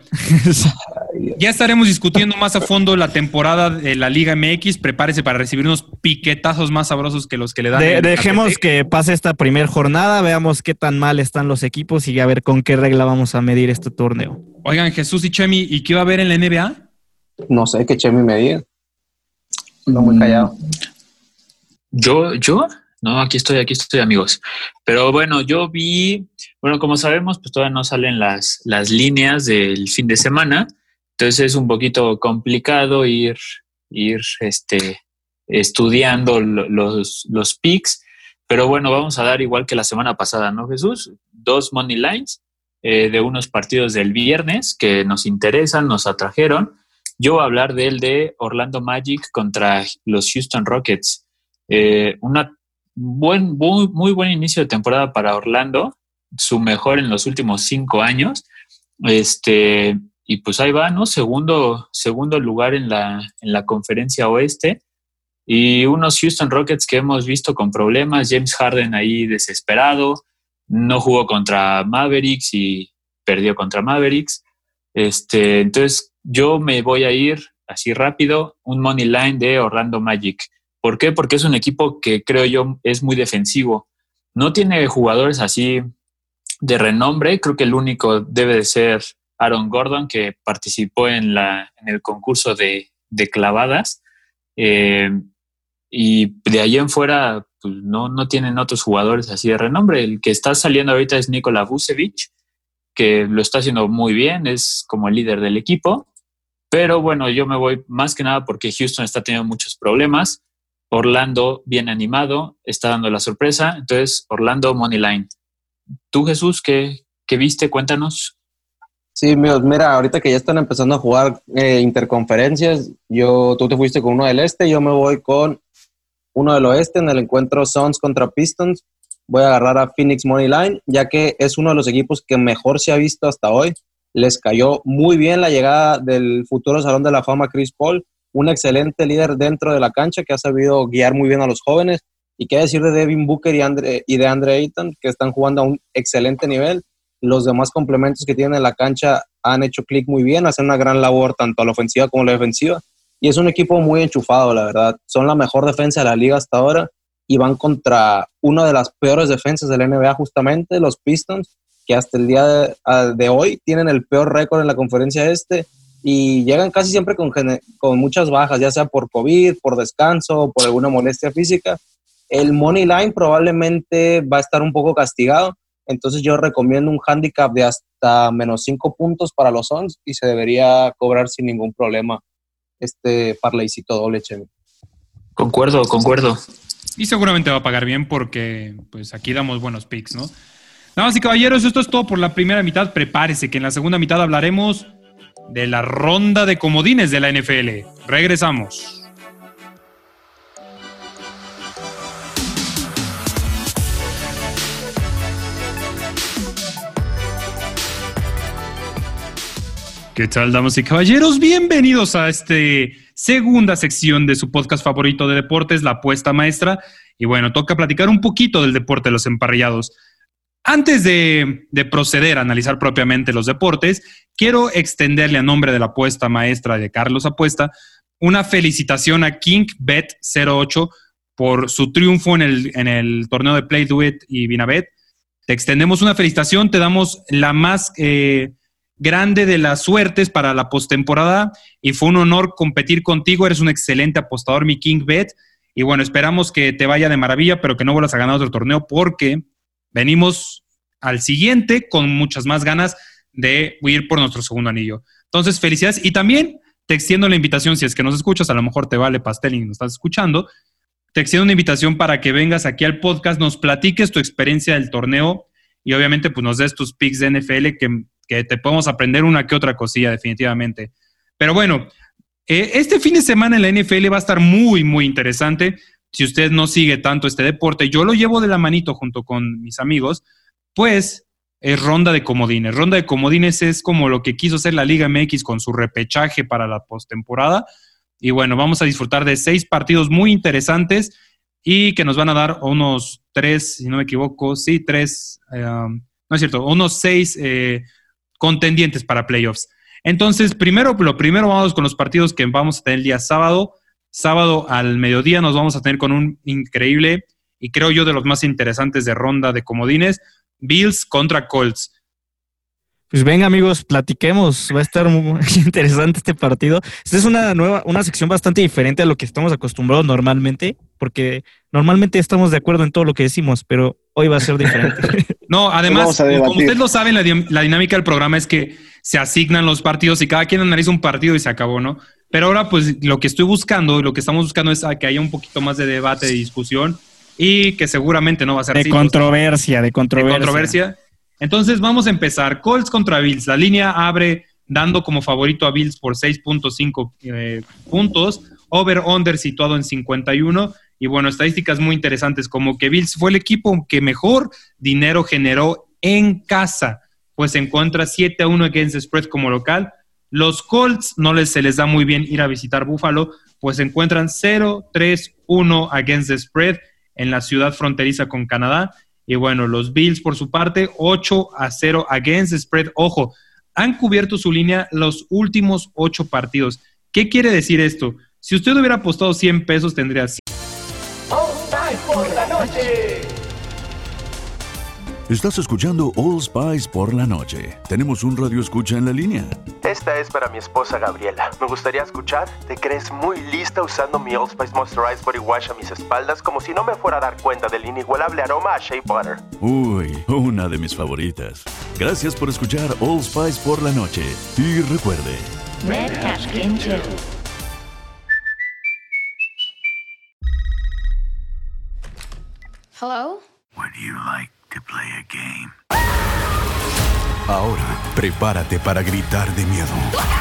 [SPEAKER 4] ya estaremos discutiendo más a fondo la temporada de la Liga M X. Prepárese para recibir unos piquetazos más sabrosos que los que le dan.
[SPEAKER 5] De-
[SPEAKER 4] en el
[SPEAKER 5] dejemos
[SPEAKER 4] tapete.
[SPEAKER 5] que pase esta primera jornada, veamos qué tan mal están los equipos y a ver con qué regla vamos a medir este torneo.
[SPEAKER 4] Oigan, Jesús y Chemi, ¿y qué va a haber en la N B A?
[SPEAKER 8] No sé, que Chemi me diga. Está muy callado.
[SPEAKER 7] Yo, yo, no, aquí estoy, aquí estoy, amigos. Pero bueno, yo vi, bueno, como sabemos, pues todavía no salen las, las líneas del fin de semana. Entonces es un poquito complicado ir, ir este, estudiando lo- los, los picks. Pero bueno, vamos a dar igual que la semana pasada, ¿no, Jesús? Dos money lines eh, de unos partidos del viernes que nos interesan, nos atrajeron. Yo voy a hablar del de Orlando Magic contra los Houston Rockets. Eh, una buen, muy, muy buen inicio de temporada para Orlando, su mejor en los últimos cinco años. Este, y pues ahí va, ¿no? Segundo, segundo lugar en la, en la conferencia oeste. Y unos Houston Rockets que hemos visto con problemas. James Harden ahí desesperado. No jugó contra Mavericks y perdió contra Mavericks. Este, entonces, yo me voy a ir así rápido, un money line de Orlando Magic. ¿Por qué? Porque es un equipo que creo yo es muy defensivo. No tiene jugadores así de renombre. Creo que el único debe de ser Aaron Gordon, que participó en, la, en el concurso de, de clavadas. Eh, y de ahí en fuera pues no, no tienen otros jugadores así de renombre. El que está saliendo ahorita es Nikola Vucevic, que lo está haciendo muy bien, es como el líder del equipo. Pero bueno, yo me voy más que nada porque Houston está teniendo muchos problemas. Orlando bien animado, está dando la sorpresa. Entonces, Orlando Moneyline. Tú, Jesús, ¿qué, qué viste? Cuéntanos.
[SPEAKER 8] Sí, amigos, mira, ahorita que ya están empezando a jugar eh, interconferencias, yo, tú te fuiste con uno del este, yo me voy con uno del oeste en el encuentro Suns contra Pistons. Voy a agarrar a Phoenix Moneyline, ya que es uno de los equipos que mejor se ha visto hasta hoy. Les cayó muy bien la llegada del futuro Salón de la Fama Chris Paul, un excelente líder dentro de la cancha que ha sabido guiar muy bien a los jóvenes. Y qué decir de Devin Booker y, Andre, y de Andre Ayton, que están jugando a un excelente nivel. Los demás complementos que tienen en la cancha han hecho clic muy bien, hacen una gran labor tanto a la ofensiva como a la defensiva. Y es un equipo muy enchufado, la verdad. Son la mejor defensa de la liga hasta ahora y van contra una de las peores defensas de la N B A, justamente, los Pistons, que hasta el día de, de hoy tienen el peor récord en la conferencia este. Y llegan casi siempre con, con muchas bajas, ya sea por COVID, por descanso, por alguna molestia física. El money line probablemente va a estar un poco castigado, entonces yo recomiendo un handicap de hasta menos cinco puntos para los Suns y se debería cobrar sin ningún problema este parlaycito doble, Chemi.
[SPEAKER 7] Concuerdo, concuerdo.
[SPEAKER 4] Y seguramente va a pagar bien porque pues aquí damos buenos picks, ¿no? Damas y caballeros, esto es todo por la primera mitad. Prepárese que en la segunda mitad hablaremos de la ronda de comodines de la N F L. Regresamos. ¿Qué tal, damas y caballeros? Bienvenidos a esta segunda sección de su podcast favorito de deportes, La Apuesta Maestra. Y bueno, toca platicar un poquito del deporte de los emparrillados. Antes de, de proceder a analizar propiamente los deportes, quiero extenderle a nombre de la apuesta maestra de Carlos Apuesta una felicitación a KingBet cero ocho por su triunfo en el, en el torneo de Play Do It y Vinabet. Te extendemos una felicitación, te damos la más eh, grande de las suertes para la postemporada y fue un honor competir contigo. Eres un excelente apostador, mi KingBet. Y bueno, esperamos que te vaya de maravilla, pero que no vuelvas a ganar otro torneo porque venimos al siguiente con muchas más ganas de ir por nuestro segundo anillo. Entonces, felicidades. Y también te extiendo la invitación, si es que nos escuchas, a lo mejor te vale pastel y nos estás escuchando, te extiendo una invitación para que vengas aquí al podcast, nos platiques tu experiencia del torneo y obviamente pues nos des tus picks de N F L que, que te podemos aprender una que otra cosilla definitivamente. Pero bueno, eh, este fin de semana en la N F L va a estar muy, muy interesante. Si usted no sigue tanto este deporte, yo lo llevo de la manito junto con mis amigos, pues es ronda de comodines. Ronda de comodines es como lo que quiso hacer la Liga M X con su repechaje para la postemporada. Y bueno, vamos a disfrutar de seis partidos muy interesantes y que nos van a dar unos tres, si no me equivoco, sí, tres, eh, no es cierto, unos seis eh, contendientes para playoffs. Entonces, primero, lo primero vamos con los partidos que vamos a tener el día sábado. Sábado al mediodía nos vamos a tener con un increíble y creo yo de los más interesantes de ronda de comodines, Bills contra Colts.
[SPEAKER 5] Pues venga, amigos, platiquemos. Va a estar muy interesante este partido. Esta es una nueva, una sección bastante diferente a lo que estamos acostumbrados normalmente, porque normalmente estamos de acuerdo en todo lo que decimos, pero hoy va a ser diferente.
[SPEAKER 4] No, además, como ustedes lo saben, la, la dinámica del programa es que se asignan los partidos y cada quien analiza un partido y se acabó, ¿no? Pero ahora, pues, lo que estoy buscando, lo que estamos buscando es que haya un poquito más de debate, de discusión y que seguramente no va a ser
[SPEAKER 5] de
[SPEAKER 4] así.
[SPEAKER 5] Controversia, de controversia.
[SPEAKER 4] De controversia. Entonces, vamos a empezar. Colts contra Bills. La línea abre dando como favorito a Bills por seis punto cinco eh, puntos. Over-under situado en cincuenta y uno. Y bueno, estadísticas muy interesantes como que Bills fue el equipo que mejor dinero generó en casa, pues se encuentra siete a uno against the spread como local. Los Colts no les, se les da muy bien ir a visitar Buffalo, pues se encuentran cero tres uno against the spread en la ciudad fronteriza con Canadá. Y bueno, los Bills por su parte, ocho a cero against the spread. Ojo, han cubierto su línea los últimos ocho partidos. ¿Qué quiere decir esto? Si usted hubiera apostado cien pesos, tendría cien.
[SPEAKER 9] Por la noche.
[SPEAKER 10] Estás escuchando All Spice por la noche. Tenemos un radio escucha en la línea.
[SPEAKER 11] Esta es para mi esposa Gabriela. Me gustaría escuchar. ¿Te crees muy lista usando mi All Spice Moisturized Body Wash a mis espaldas como si no me fuera a dar cuenta del inigualable aroma a Shea Butter?
[SPEAKER 10] Uy, una de mis favoritas. Gracias por escuchar All Spice por la noche. Y recuerde...
[SPEAKER 9] Red Hashkin Chill.
[SPEAKER 12] Hello?
[SPEAKER 10] Would you like to play a game? Ahora, prepárate para gritar de miedo.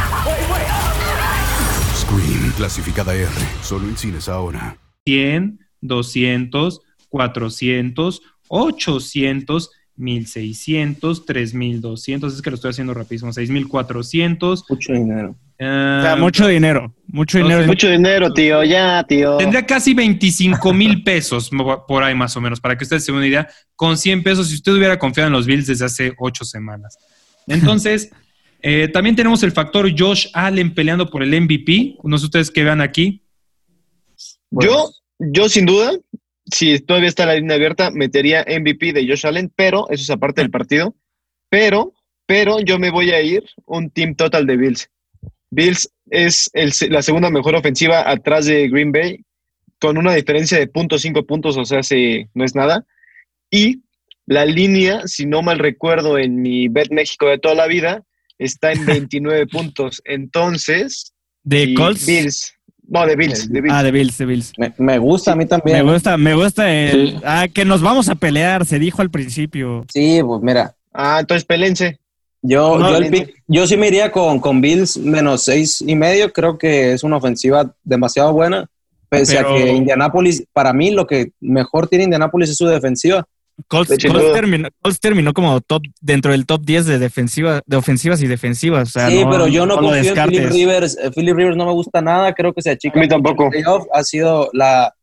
[SPEAKER 10] Scream, clasificada R. Solo en cines ahora.
[SPEAKER 4] cien, doscientos, cuatrocientos, ochocientos, mil seiscientos, tres mil doscientos. Es que lo estoy haciendo rapidísimo. seis mil cuatrocientos.
[SPEAKER 8] Mucho dinero.
[SPEAKER 4] Uh,
[SPEAKER 5] o sea, mucho dinero. Mucho dinero.
[SPEAKER 6] Entonces, mucho dinero, tío. Ya, tío.
[SPEAKER 4] Tendría casi veinticinco mil pesos por ahí más o menos, para que ustedes se den una idea. Con cien pesos, si usted hubiera confiado en los Bills desde hace ocho semanas. Entonces, eh, también tenemos el factor Josh Allen peleando por el M V P. No sé ustedes qué vean aquí.
[SPEAKER 6] Bueno. Yo, yo sin duda, si todavía está la línea abierta, metería M V P de Josh Allen, pero eso es aparte del partido. Pero, pero yo me voy a ir un team total de Bills. Bills es el, la segunda mejor ofensiva atrás de Green Bay, con una diferencia de punto cinco puntos, o sea, si no es nada. Y la línea, si no mal recuerdo, en mi Bet México de toda la vida, está en veintinueve puntos. Entonces...
[SPEAKER 5] ¿De Colts?
[SPEAKER 6] Bills. No, de Bills, de Bills.
[SPEAKER 5] Ah, de Bills, de Bills.
[SPEAKER 8] Me, me gusta a mí también.
[SPEAKER 5] Me gusta, me gusta el...
[SPEAKER 7] Sí.
[SPEAKER 5] Ah, que nos vamos a pelear, se dijo al principio.
[SPEAKER 8] Sí, pues mira.
[SPEAKER 6] Ah, entonces pelense.
[SPEAKER 8] Yo,
[SPEAKER 6] No,
[SPEAKER 8] yo, el
[SPEAKER 6] no.
[SPEAKER 8] pick- yo sí me iría con, con Bills menos seis y medio. Creo que es una ofensiva demasiado buena. Pese
[SPEAKER 5] Pero-
[SPEAKER 8] a que Indianapolis, para mí, lo que mejor tiene Indianapolis es su defensiva.
[SPEAKER 5] Colts,
[SPEAKER 6] De hecho,
[SPEAKER 5] Colts
[SPEAKER 6] todo.
[SPEAKER 5] terminó, Colts terminó como top dentro del top diez de defensiva, de ofensivas y defensivas. O sea,
[SPEAKER 8] sí,
[SPEAKER 5] no-
[SPEAKER 8] pero yo no,
[SPEAKER 5] lo
[SPEAKER 8] confío en
[SPEAKER 5] descartes.
[SPEAKER 8] Philip Rivers. Eh, Philip Rivers no me gusta nada. Creo que se achica.
[SPEAKER 6] A mí
[SPEAKER 8] mucho
[SPEAKER 6] tampoco.
[SPEAKER 8] en playoff. Ha sido la,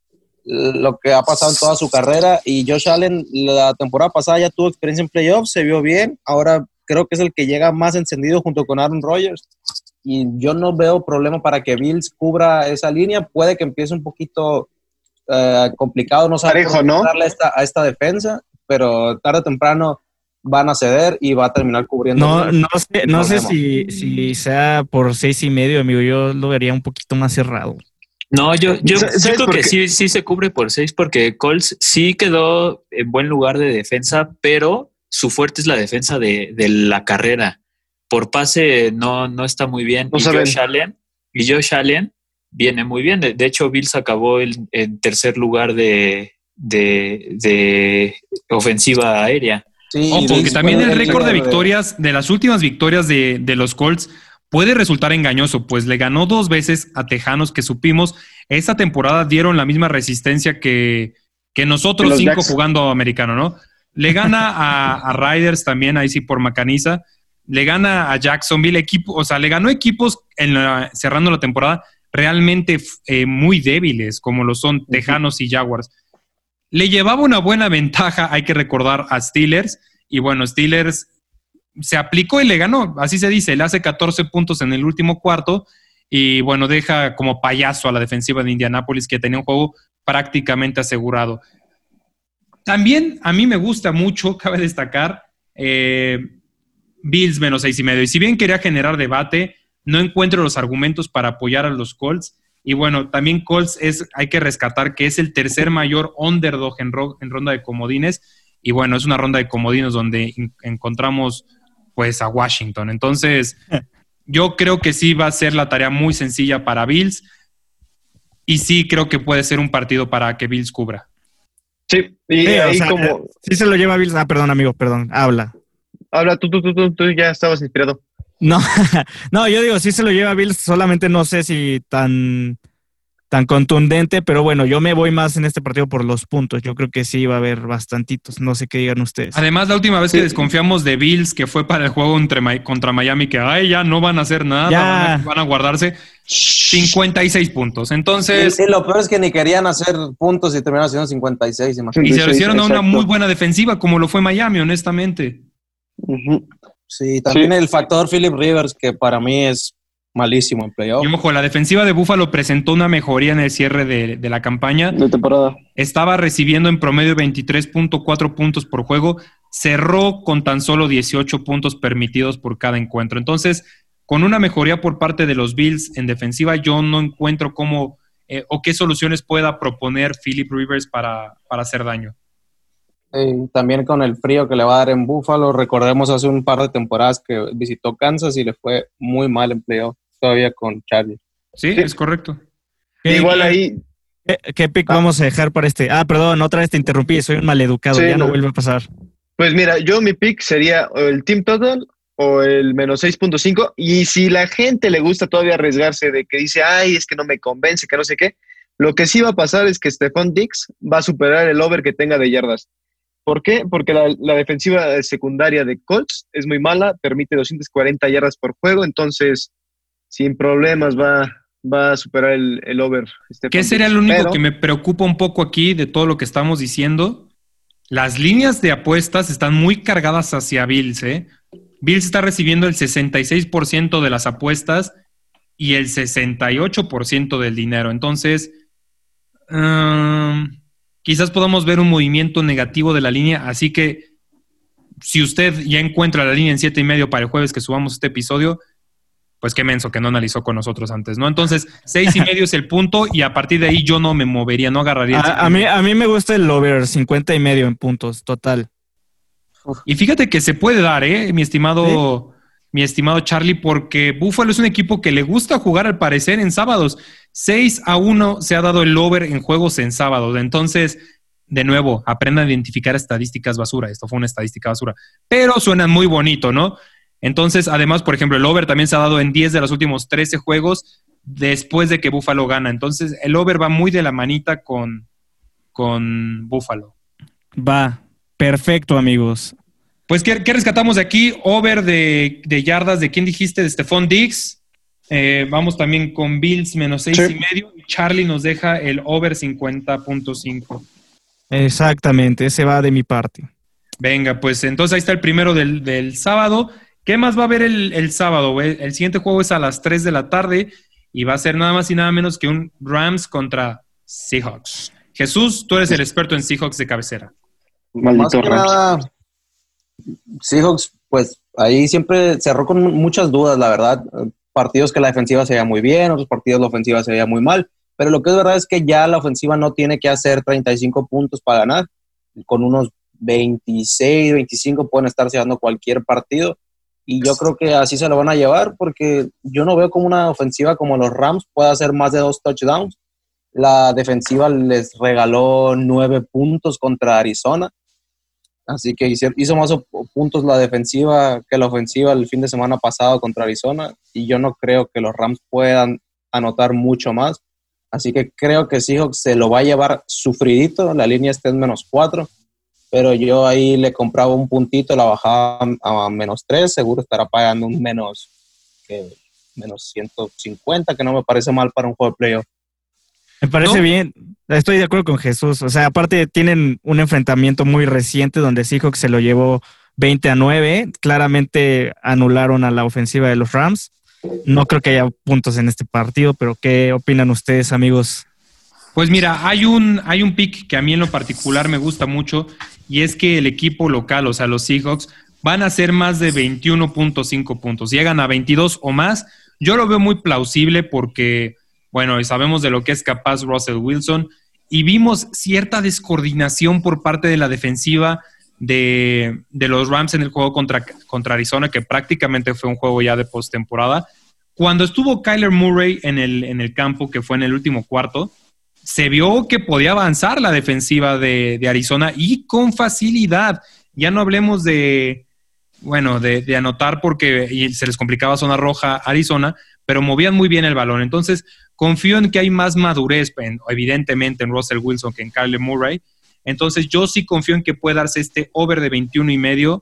[SPEAKER 8] lo que ha pasado en toda su carrera. Y Josh Allen, la temporada pasada ya tuvo experiencia en playoffs, se vio bien. Ahora creo que es el que llega más encendido junto con Aaron Rodgers. Y yo no veo problema para que Bills cubra esa línea. Puede que empiece un poquito eh, complicado, no saber
[SPEAKER 6] Parejo, ¿no?
[SPEAKER 8] darle a esta, a esta defensa, pero tarde o temprano van a ceder y va a terminar cubriendo.
[SPEAKER 5] No,
[SPEAKER 8] bien.
[SPEAKER 5] no sé, no sé
[SPEAKER 8] Problema.
[SPEAKER 5] si, si sea por seis y medio, amigo. Yo lo vería un poquito más cerrado.
[SPEAKER 7] No, yo, yo,
[SPEAKER 6] ¿Sabes
[SPEAKER 7] yo creo
[SPEAKER 6] por
[SPEAKER 7] que
[SPEAKER 6] qué?
[SPEAKER 7] sí, sí se cubre por seis porque Colts sí quedó en buen lugar de defensa, pero su fuerte es la defensa de, de la carrera. Por pase no, no está muy bien.
[SPEAKER 6] No
[SPEAKER 7] y,
[SPEAKER 6] saben.
[SPEAKER 7] Josh Allen, y Josh Allen viene muy bien. De, de hecho, Bills acabó en, en tercer lugar de, de, de ofensiva aérea.
[SPEAKER 8] Sí,
[SPEAKER 4] Ojo,
[SPEAKER 8] Bills
[SPEAKER 4] que también
[SPEAKER 8] puede
[SPEAKER 4] el
[SPEAKER 8] ver
[SPEAKER 4] récord de
[SPEAKER 8] líder
[SPEAKER 4] victorias, de las últimas victorias de, de los Colts, puede resultar engañoso, pues le ganó dos veces a Tejanos, que supimos, esta temporada dieron la misma resistencia que, que nosotros
[SPEAKER 6] Que los
[SPEAKER 4] cinco
[SPEAKER 6] Jacks.
[SPEAKER 4] jugando americano, ¿no? Le gana a, a Riders también, ahí sí por macaniza, le gana a Jacksonville, equipo, o sea, le ganó equipos en la- cerrando la temporada realmente eh, muy débiles, como lo son Tejanos y Jaguars. Le llevaba una buena ventaja, hay que recordar, a Steelers, y bueno, Steelers se aplicó y le ganó, así se dice, le hace catorce puntos en el último cuarto y bueno, deja como payaso a la defensiva de Indianapolis, que tenía un juego prácticamente asegurado. También a mí me gusta mucho, cabe destacar, eh, Bills menos seis y medio, y si bien quería generar debate, no encuentro los argumentos para apoyar a los Colts. Y bueno, también Colts es, hay que rescatar que es el tercer mayor underdog en, ro- en ronda de comodines. Y bueno, es una ronda de comodines donde in- encontramos pues a Washington. Entonces, yo creo que sí va a ser la tarea muy sencilla para Bills. Y sí creo que puede ser un partido para que Bills cubra.
[SPEAKER 6] Sí, y
[SPEAKER 5] Sí, o
[SPEAKER 6] ahí
[SPEAKER 5] sea,
[SPEAKER 6] como...
[SPEAKER 5] Sí se lo lleva Bills. Ah, perdón, amigo, perdón. Habla.
[SPEAKER 6] Habla, tú, tú, tú, tú, tú ya estabas inspirado.
[SPEAKER 5] No, no, yo digo, sí se lo lleva Bills, solamente no sé si tan, tan contundente, pero bueno, yo me voy más en este partido por los puntos. Yo creo que sí va a haber bastantitos, no sé qué digan ustedes.
[SPEAKER 4] Además, la última vez que desconfiamos de Bills, que fue para el juego entre Mi- contra Miami, que ay, ya no van a hacer nada,
[SPEAKER 5] Ya.
[SPEAKER 4] van a, van a guardarse cincuenta y seis puntos. Entonces,
[SPEAKER 8] Y, y lo peor es que ni querían hacer puntos y terminaron haciendo cincuenta y seis.
[SPEAKER 4] y
[SPEAKER 8] imagínate.
[SPEAKER 4] se lo hicieron a una
[SPEAKER 6] Exacto.
[SPEAKER 4] muy buena defensiva, como lo fue Miami, honestamente.
[SPEAKER 6] Ujú.
[SPEAKER 8] Sí, también
[SPEAKER 6] Sí.
[SPEAKER 8] el factor Philip Rivers, que para mí es malísimo en playoff.
[SPEAKER 4] Y ojo, la defensiva de Buffalo presentó una mejoría en el cierre de, de la campaña.
[SPEAKER 6] De temporada.
[SPEAKER 4] Estaba recibiendo en promedio veintitrés punto cuatro puntos por juego. Cerró con tan solo dieciocho puntos permitidos por cada encuentro. Entonces, con una mejoría por parte de los Bills en defensiva, yo no encuentro cómo eh, o qué soluciones pueda proponer Philip Rivers para, para hacer daño.
[SPEAKER 8] Eh, también con el frío que le va a dar en Buffalo, recordemos hace un par de temporadas que visitó Kansas y le fue muy mal en playoff, todavía con Charlie.
[SPEAKER 4] Sí,
[SPEAKER 6] Sí.
[SPEAKER 4] es correcto.
[SPEAKER 5] ¿Qué-
[SPEAKER 6] Igual
[SPEAKER 5] qué-
[SPEAKER 6] ahí,
[SPEAKER 5] ¿Qué, qué pick vamos a dejar para este? Ah, perdón, otra vez te interrumpí, soy un maleducado,
[SPEAKER 6] Sí,
[SPEAKER 5] ya no
[SPEAKER 6] no.
[SPEAKER 5] vuelve a pasar.
[SPEAKER 6] pues mira, yo mi pick sería o el team total o el menos seis punto cinco. Y si la gente le gusta todavía arriesgarse de que dice, ay, es que no me convence, que no sé qué, lo que sí va a pasar es que Stephon Diggs va a superar el over que tenga de yardas. ¿Por qué? Porque la, la defensiva secundaria de Colts es muy mala, permite doscientas cuarenta yardas por juego, entonces sin problemas va, va a superar el, el over. Stephon
[SPEAKER 4] ¿Qué sería
[SPEAKER 6] Diggs.
[SPEAKER 4] lo único
[SPEAKER 6] Pero-
[SPEAKER 4] que me preocupa un poco aquí de todo lo que estamos diciendo? Las líneas de apuestas están muy cargadas hacia Bills, ¿eh? Bills está recibiendo el sesenta y seis por ciento de las apuestas y el sesenta y ocho por ciento del dinero. Entonces, um, quizás podamos ver un movimiento negativo de la línea. Así que, si usted ya encuentra la línea en siete y medio para el jueves que subamos este episodio, pues qué menso que no analizó con nosotros antes, ¿no? Entonces, seis y medio es el punto y a partir de ahí yo no me movería, no agarraría. el
[SPEAKER 5] A, a mí, a mí me gusta el over cincuenta y medio en puntos, total.
[SPEAKER 4] Y fíjate que se puede dar, ¿eh? Mi estimado, mi estimado Charlie, porque Buffalo es un equipo que le gusta jugar al parecer en sábados. seis a uno se ha dado el over en juegos en sábados. Entonces, de nuevo, aprenda a identificar estadísticas basura. Esto fue una estadística basura. Pero suena muy bonito, ¿no? Entonces, además, por ejemplo, el over también se ha dado en diez de los últimos trece juegos después de que Buffalo gana. Entonces, el over va muy de la manita con, con Buffalo.
[SPEAKER 5] Va, perfecto, amigos.
[SPEAKER 4] Pues, ¿qué, qué rescatamos de aquí? Over de, de yardas, ¿de quién dijiste? De Stephon Diggs. Eh, vamos también con Bills menos seis
[SPEAKER 6] Sí.
[SPEAKER 4] y medio. Charlie nos deja el over cincuenta punto cinco.
[SPEAKER 5] Exactamente, ese va de mi parte.
[SPEAKER 4] Venga, pues entonces ahí está el primero del, del sábado. ¿Qué más va a haber el, el sábado, güey? El siguiente juego es a las tres de la tarde y va a ser nada más y nada menos que un Rams contra Seahawks. Jesús, tú eres el experto en Seahawks de cabecera.
[SPEAKER 8] Más
[SPEAKER 6] Maldito
[SPEAKER 8] que
[SPEAKER 6] Rams.
[SPEAKER 8] nada, Seahawks, pues ahí siempre cerró con muchas dudas, la verdad. Partidos que la defensiva se veía muy bien, otros partidos la ofensiva se veía muy mal, pero lo que es verdad es que ya la ofensiva no tiene que hacer treinta y cinco puntos para ganar. Con unos veintiséis, veinticinco pueden estar llevando cualquier partido y yo creo que así se lo van a llevar porque yo no veo como una ofensiva como los Rams pueda hacer más de dos touchdowns. La defensiva les regaló nueve puntos contra Arizona. Así que hizo, hizo más puntos la defensiva que la ofensiva el fin de semana pasado contra Arizona y yo no creo que los Rams puedan anotar mucho más. Así que creo que Seahawks se lo va a llevar sufridito, la línea está en menos cuatro, pero yo ahí le compraba un puntito, la bajaba a menos tres, seguro estará pagando un menos, que, menos ciento cincuenta, que no me parece mal para un juego de playoff.
[SPEAKER 5] Me parece
[SPEAKER 4] ¿No?
[SPEAKER 5] bien, estoy de acuerdo con Jesús. O sea, aparte tienen un enfrentamiento muy reciente donde Seahawks se lo llevó veinte a nueve. Claramente anularon a la ofensiva de los Rams. No creo que haya puntos en este partido, pero ¿qué opinan ustedes, amigos?
[SPEAKER 4] Pues mira, hay un, hay un pick que a mí en lo particular me gusta mucho y es que el equipo local, o sea, los Seahawks, van a hacer más de veintiuno punto cinco puntos. Llegan a veintidós o más. Yo lo veo muy plausible porque, bueno, sabemos de lo que es capaz Russell Wilson y vimos cierta descoordinación por parte de la defensiva de, de los Rams en el juego contra, contra Arizona, que prácticamente fue un juego ya de postemporada. Cuando estuvo Kyler Murray en el, en el campo, que fue en el último cuarto, se vio que podía avanzar la defensiva de, de Arizona y con facilidad. Ya no hablemos de, bueno, de, de anotar porque y se les complicaba zona roja a Arizona, pero movían muy bien el balón. Entonces, confío en que hay más madurez, en, evidentemente, en Russell Wilson que en Kyler Murray. Entonces, yo sí confío en que puede darse este over de veintiuno y medio.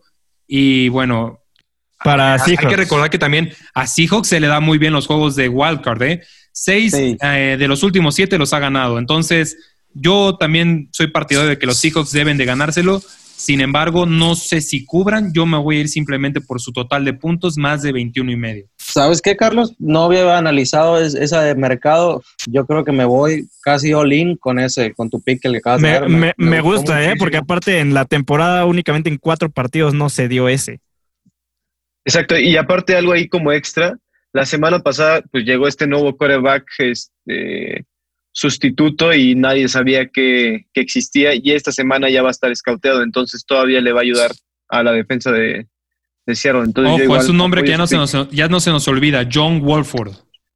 [SPEAKER 4] Y bueno,
[SPEAKER 5] Para
[SPEAKER 4] hay,
[SPEAKER 5] Seahawks.
[SPEAKER 4] hay que recordar que también a Seahawks se le da muy bien los juegos de wildcard, ¿eh? Seis
[SPEAKER 8] Sí.
[SPEAKER 4] eh, de los últimos siete los ha ganado. Entonces, yo también soy partidario de que los Seahawks deben de ganárselo. Sin embargo, no sé si cubran. Yo me voy a ir simplemente por su total de puntos, más de veintiuno y medio.
[SPEAKER 8] ¿Sabes qué, Carlos? No había analizado es, esa de mercado. Yo creo que me voy casi all-in con ese, con tu pick que le acabas de
[SPEAKER 5] Me,
[SPEAKER 8] dar.
[SPEAKER 5] me,
[SPEAKER 8] Me,
[SPEAKER 5] me
[SPEAKER 8] me
[SPEAKER 5] gusta,
[SPEAKER 8] gustó
[SPEAKER 5] ¿eh? Porque aparte en la temporada únicamente en cuatro partidos no se dio ese.
[SPEAKER 6] Exacto, y aparte algo ahí como extra, la semana pasada pues llegó este nuevo quarterback este, sustituto y nadie sabía que, que existía, y esta semana ya va a estar escauteado, entonces todavía le va a ayudar a la defensa de, de Seattle. Entonces,
[SPEAKER 4] Ojo,
[SPEAKER 6] yo igual
[SPEAKER 4] es un nombre que ya no, se
[SPEAKER 6] apoyo
[SPEAKER 4] nos, ya no se nos olvida, John Wolford.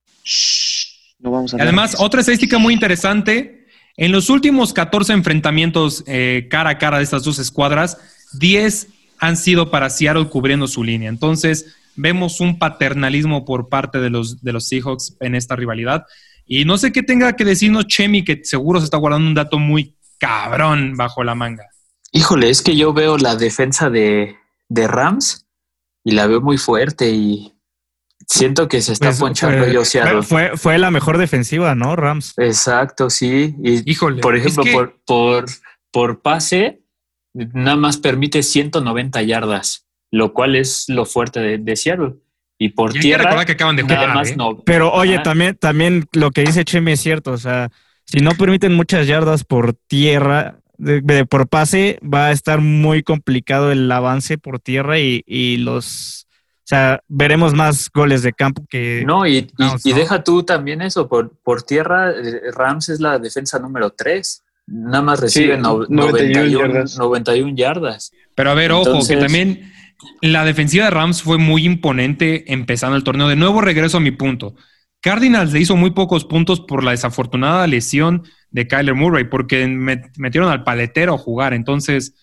[SPEAKER 6] No vamos a
[SPEAKER 4] Y además, otra estadística muy interesante, en los últimos catorce enfrentamientos eh, cara a cara de estas dos escuadras, diez han sido para Seattle cubriendo su línea. Entonces, vemos un paternalismo por parte de los, de los Seahawks en esta rivalidad. Y no sé qué tenga que decirnos Chemi, que seguro se está guardando un dato muy cabrón bajo la manga.
[SPEAKER 7] Híjole, es que yo veo la defensa de, de Rams y la veo muy fuerte y siento que se está
[SPEAKER 5] Pues,
[SPEAKER 7] ponchando
[SPEAKER 5] fue,
[SPEAKER 7] yo Seattle.
[SPEAKER 5] fue, fue, fue la mejor defensiva, ¿no, Rams?
[SPEAKER 7] Exacto, sí. Y
[SPEAKER 4] Híjole,
[SPEAKER 7] por ejemplo,
[SPEAKER 4] es que...
[SPEAKER 7] por, por, por pase, nada más permite ciento noventa yardas, lo cual es lo fuerte de, de Seattle. Y por
[SPEAKER 4] Y hay que
[SPEAKER 7] tierra,
[SPEAKER 4] recordar que acaban de
[SPEAKER 7] nada
[SPEAKER 4] jugar,
[SPEAKER 7] más
[SPEAKER 4] ¿eh?
[SPEAKER 7] no.
[SPEAKER 5] Pero oye,
[SPEAKER 7] Ah,
[SPEAKER 5] también, también lo que dice Chemi es cierto. O sea, si no permiten muchas yardas por tierra, de, de- por pase, va a estar muy complicado el avance por tierra y, y los... O sea, veremos más goles de campo que...
[SPEAKER 7] No, y, y,
[SPEAKER 5] Rams,
[SPEAKER 7] y
[SPEAKER 5] ¿no?
[SPEAKER 7] deja tú también eso, por, por tierra, eh, Rams es la defensa número tres. Nada más recibe
[SPEAKER 6] Sí,
[SPEAKER 7] no-
[SPEAKER 6] noventa y uno
[SPEAKER 7] noventa y uno
[SPEAKER 6] yardas.
[SPEAKER 7] noventa y uno yardas.
[SPEAKER 4] Pero a ver, ojo,
[SPEAKER 7] Entonces-
[SPEAKER 4] que también la defensiva de Rams fue muy imponente empezando el torneo. De nuevo regreso a mi punto. Cardinals le hizo muy pocos puntos por la desafortunada lesión de Kyler Murray, porque met- metieron al paletero a jugar. Entonces,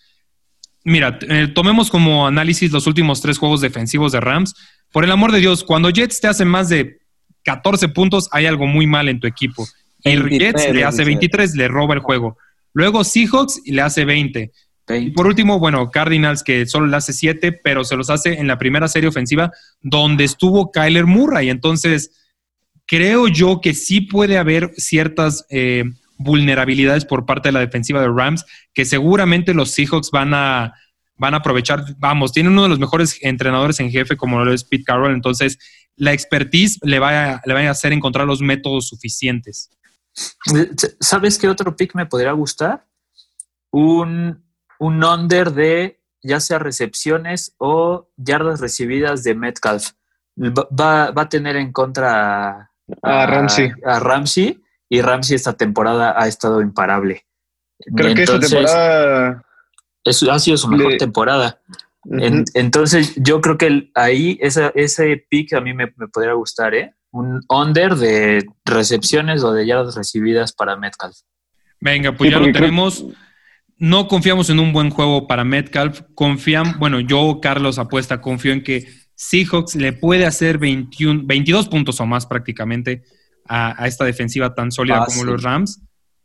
[SPEAKER 4] mira, eh, tomemos como análisis los últimos tres juegos defensivos de Rams. Por el amor de Dios, cuando Jets te hacen más de catorce puntos, hay algo muy mal en tu equipo. Y
[SPEAKER 8] veintitrés,
[SPEAKER 4] Jets le hace
[SPEAKER 8] veintitrés.
[SPEAKER 4] veintitrés, le roba el juego. Luego Seahawks y le hace veinte. Y por último, bueno, Cardinals, que solo le hace siete, pero se los hace en la primera serie ofensiva donde estuvo Kyler Murray. Entonces, creo yo que sí puede haber ciertas eh, vulnerabilidades por parte de la defensiva de Rams que seguramente los Seahawks van a, van a aprovechar. Vamos, tienen uno de los mejores entrenadores en jefe como lo es Pete Carroll. Entonces, la expertise le va a, le va a hacer encontrar los métodos suficientes.
[SPEAKER 7] ¿Sabes qué otro pick me podría gustar? Un, un under de ya sea recepciones o yardas recibidas de Metcalf. Va, va, va a tener en contra a,
[SPEAKER 6] A Ramsey.
[SPEAKER 7] a Ramsey, y Ramsey esta temporada ha estado imparable.
[SPEAKER 6] Creo que esta
[SPEAKER 7] Entonces,
[SPEAKER 6] temporada
[SPEAKER 7] es- ha sido su mejor
[SPEAKER 6] le-
[SPEAKER 7] temporada.
[SPEAKER 6] Ujú.
[SPEAKER 7] En- entonces, yo creo que el- ahí esa, ese pick a mí me, me podría gustar, ¿eh? Un under de recepciones o de yardas recibidas para Metcalf.
[SPEAKER 4] Venga, pues
[SPEAKER 6] Sí,
[SPEAKER 4] ya lo
[SPEAKER 6] porque creo-
[SPEAKER 4] tenemos. No confiamos en un buen juego para Metcalf. Confiamos, bueno, yo, Carlos, apuesta, confío en que Seahawks le puede hacer veintiuno, veintidós puntos o más prácticamente a, a esta defensiva tan sólida
[SPEAKER 8] Fácil.
[SPEAKER 4] como los Rams.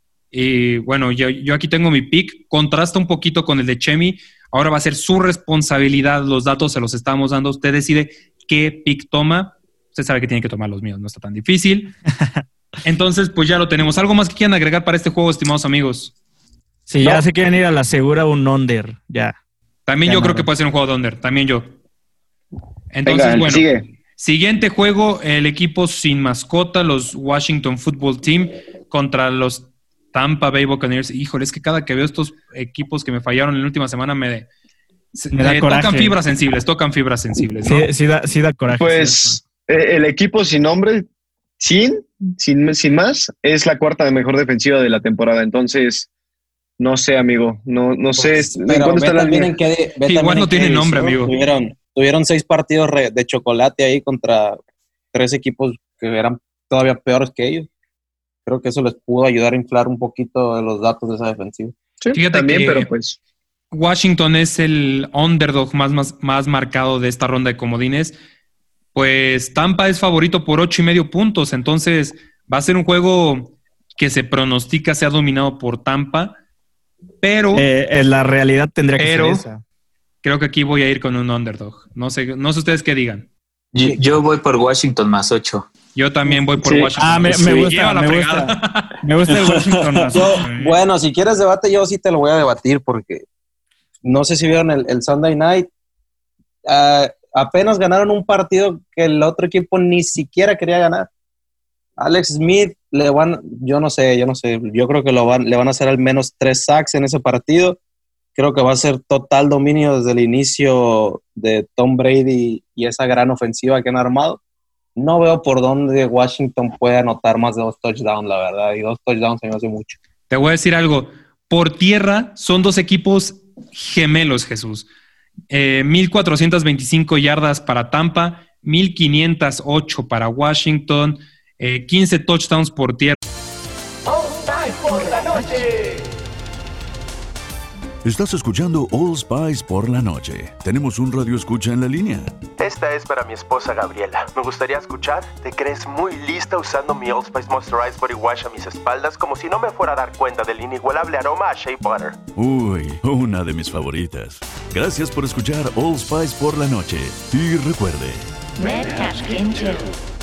[SPEAKER 4] Y bueno, yo, yo aquí tengo mi pick. Contrasta un poquito con el de Chemi. Ahora va a ser su responsabilidad. Los datos se los estamos dando. Usted decide qué pick toma. Usted sabe que tiene que tomar los míos. No está tan difícil. Entonces, pues ya lo tenemos. ¿Algo más que quieran agregar para este juego, estimados amigos?
[SPEAKER 5] Si ya se quieren ir a la segura, un under, ya.
[SPEAKER 4] También
[SPEAKER 5] Ya
[SPEAKER 4] yo
[SPEAKER 5] no,
[SPEAKER 4] creo
[SPEAKER 5] no.
[SPEAKER 4] que puede ser un juego de under. También yo. Entonces,
[SPEAKER 6] Venga, el que
[SPEAKER 4] bueno.
[SPEAKER 6] sigue.
[SPEAKER 4] Siguiente juego, el equipo sin mascota, los Washington Football Team contra los Tampa Bay Buccaneers. Híjole, es que cada que veo estos equipos que me fallaron en la última semana me,
[SPEAKER 5] Me da
[SPEAKER 4] me
[SPEAKER 5] coraje.
[SPEAKER 4] tocan fibras sensibles, tocan fibras sensibles, ¿no?
[SPEAKER 5] Sí, sí, da, sí da coraje.
[SPEAKER 6] Pues eh, el equipo sin nombre, sin, sin, sin más, es la cuarta mejor defensiva de la temporada. Entonces, no sé, amigo. No, no sé.
[SPEAKER 8] Pues,
[SPEAKER 6] ¿en
[SPEAKER 8] pero
[SPEAKER 6] cuándo
[SPEAKER 8] ve
[SPEAKER 6] está la
[SPEAKER 8] también
[SPEAKER 6] línea?
[SPEAKER 8] en qué, ve también
[SPEAKER 4] Igual no
[SPEAKER 8] en qué
[SPEAKER 4] tiene nombre,
[SPEAKER 8] división.
[SPEAKER 4] amigo.
[SPEAKER 8] Tuvieron, tuvieron seis partidos re- de chocolate ahí contra tres equipos que eran todavía peores que ellos. Creo que eso les pudo ayudar a inflar un poquito de los datos de esa defensiva.
[SPEAKER 6] Sí,
[SPEAKER 4] Fíjate
[SPEAKER 6] también,
[SPEAKER 4] que-
[SPEAKER 6] pero pues.
[SPEAKER 4] Washington es el underdog más, más, más marcado de esta ronda de comodines. Pues Tampa es favorito por ocho y medio puntos. Entonces va a ser un juego que se pronostica sea dominado por Tampa. Pero
[SPEAKER 5] Eh, eh, la realidad tendría que
[SPEAKER 4] Pero-
[SPEAKER 5] ser esa.
[SPEAKER 4] creo que aquí voy a ir con un underdog. No sé, no sé ustedes qué digan.
[SPEAKER 7] Yo, yo voy por Washington más ocho.
[SPEAKER 4] Yo también voy por
[SPEAKER 6] Sí.
[SPEAKER 4] Washington.
[SPEAKER 5] Ah, me,
[SPEAKER 7] Sí,
[SPEAKER 5] me
[SPEAKER 4] Lleva
[SPEAKER 5] gusta,
[SPEAKER 4] la
[SPEAKER 5] me
[SPEAKER 4] fregada.
[SPEAKER 5] gusta. Me gusta el Washington más.
[SPEAKER 8] Yo,
[SPEAKER 5] ocho, eh.
[SPEAKER 8] bueno, si quieres debate, yo sí te lo voy a debatir porque no sé si vieron el, el Sunday Night, uh, apenas ganaron un partido que el otro equipo ni siquiera quería ganar. Alex Smith, le van, yo no sé, yo no sé, yo creo que lo van, le van a hacer al menos tres sacks en ese partido. Creo que va a ser total dominio desde el inicio de Tom Brady y esa gran ofensiva que han armado. No veo por dónde Washington puede anotar más de dos touchdowns, la verdad, y dos touchdowns se me hace mucho.
[SPEAKER 4] Te voy a decir algo, por tierra son dos equipos gemelos, Jesús. Eh, mil cuatrocientas veinticinco yardas para Tampa, mil quinientas ocho para Washington, eh, quince touchdowns por tierra.
[SPEAKER 9] All Spice por la noche.
[SPEAKER 10] Estás escuchando All Spice por la noche. Tenemos un radio escucha en la línea.
[SPEAKER 11] Esta es para mi esposa Gabriela. Me gustaría escuchar ¿te crees muy lista usando mi Old Spice Moisturized Body Wash a mis espaldas como si no me fuera a dar cuenta del inigualable aroma a Shea Butter?
[SPEAKER 10] Uy, una de mis favoritas. Gracias por escuchar All Spice por la noche. Y recuerde...
[SPEAKER 9] Red Cashkin Chill.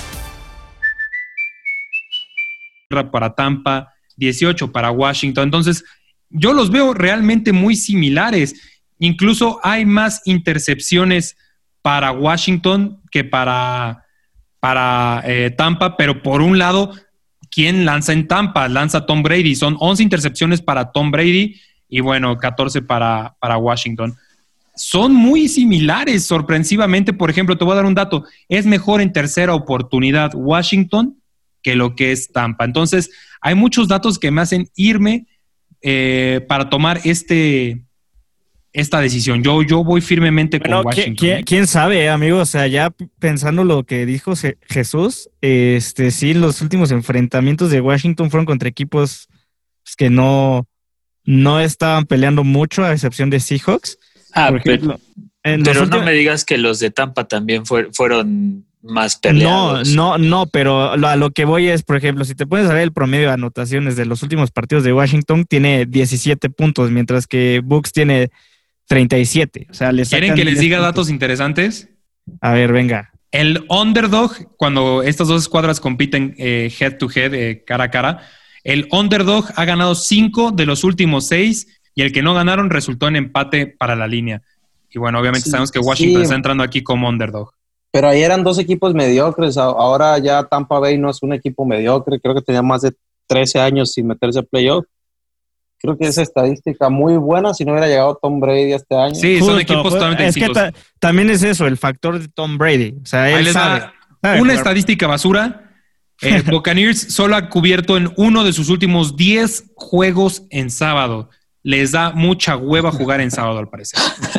[SPEAKER 4] Para Tampa, dieciocho para Washington. Entonces, yo los veo realmente muy similares. Incluso hay más intercepciones para Washington que para, para eh, Tampa, pero por un lado, ¿quién lanza en Tampa? Lanza Tom Brady. Son once intercepciones para Tom Brady y bueno, catorce para, para Washington. Son muy similares, sorpresivamente. Por ejemplo, te voy a dar un dato. Es mejor en tercera oportunidad Washington que lo que es Tampa. Entonces, hay muchos datos que me hacen irme eh, para tomar este, esta decisión. Yo, yo voy firmemente
[SPEAKER 5] bueno,
[SPEAKER 4] con Washington.
[SPEAKER 5] ¿quién, ¿Quién sabe, amigo? O sea, ya pensando lo que dijo Jesús, este, sí, los últimos enfrentamientos de Washington fueron contra equipos que no, no estaban peleando mucho, a excepción de Seahawks.
[SPEAKER 7] Ah,
[SPEAKER 5] Por ejemplo,
[SPEAKER 7] pero, pero últimos... no me digas que los de Tampa también fue, fueron... más peleados.
[SPEAKER 5] No, no, no, pero lo, a lo que voy es, por ejemplo, si te puedes saber el promedio de anotaciones de los últimos partidos de Washington, tiene diecisiete puntos, mientras que Bucs tiene treinta y siete. O sea, les
[SPEAKER 4] ¿Quieren que les diga
[SPEAKER 5] puntos.
[SPEAKER 4] Datos interesantes?
[SPEAKER 5] A ver, venga.
[SPEAKER 4] El underdog, cuando estas dos escuadras compiten eh, head to head, eh, cara a cara, el underdog ha ganado cinco de los últimos seis y el que no ganaron resultó en empate para la línea. Y bueno, obviamente sí, sabemos que Washington sí. está entrando aquí como underdog.
[SPEAKER 8] Pero ahí eran dos equipos mediocres, ahora ya Tampa Bay no es un equipo mediocre, creo que tenía más de trece años sin meterse a playoff. Creo que esa estadística muy buena si no hubiera llegado Tom Brady este año.
[SPEAKER 4] Sí, son Justo, equipos
[SPEAKER 5] pues,
[SPEAKER 4] totalmente
[SPEAKER 5] Es
[SPEAKER 4] distintos.
[SPEAKER 5] que ta- también es eso, el factor de Tom Brady. O sea, él
[SPEAKER 4] Ahí les
[SPEAKER 5] sabe,
[SPEAKER 4] da
[SPEAKER 5] sabe
[SPEAKER 4] una
[SPEAKER 5] jugar.
[SPEAKER 4] estadística basura. Eh, Buccaneers solo ha cubierto en uno de sus últimos diez juegos en sábado. Les da mucha hueva jugar en sábado, al parecer.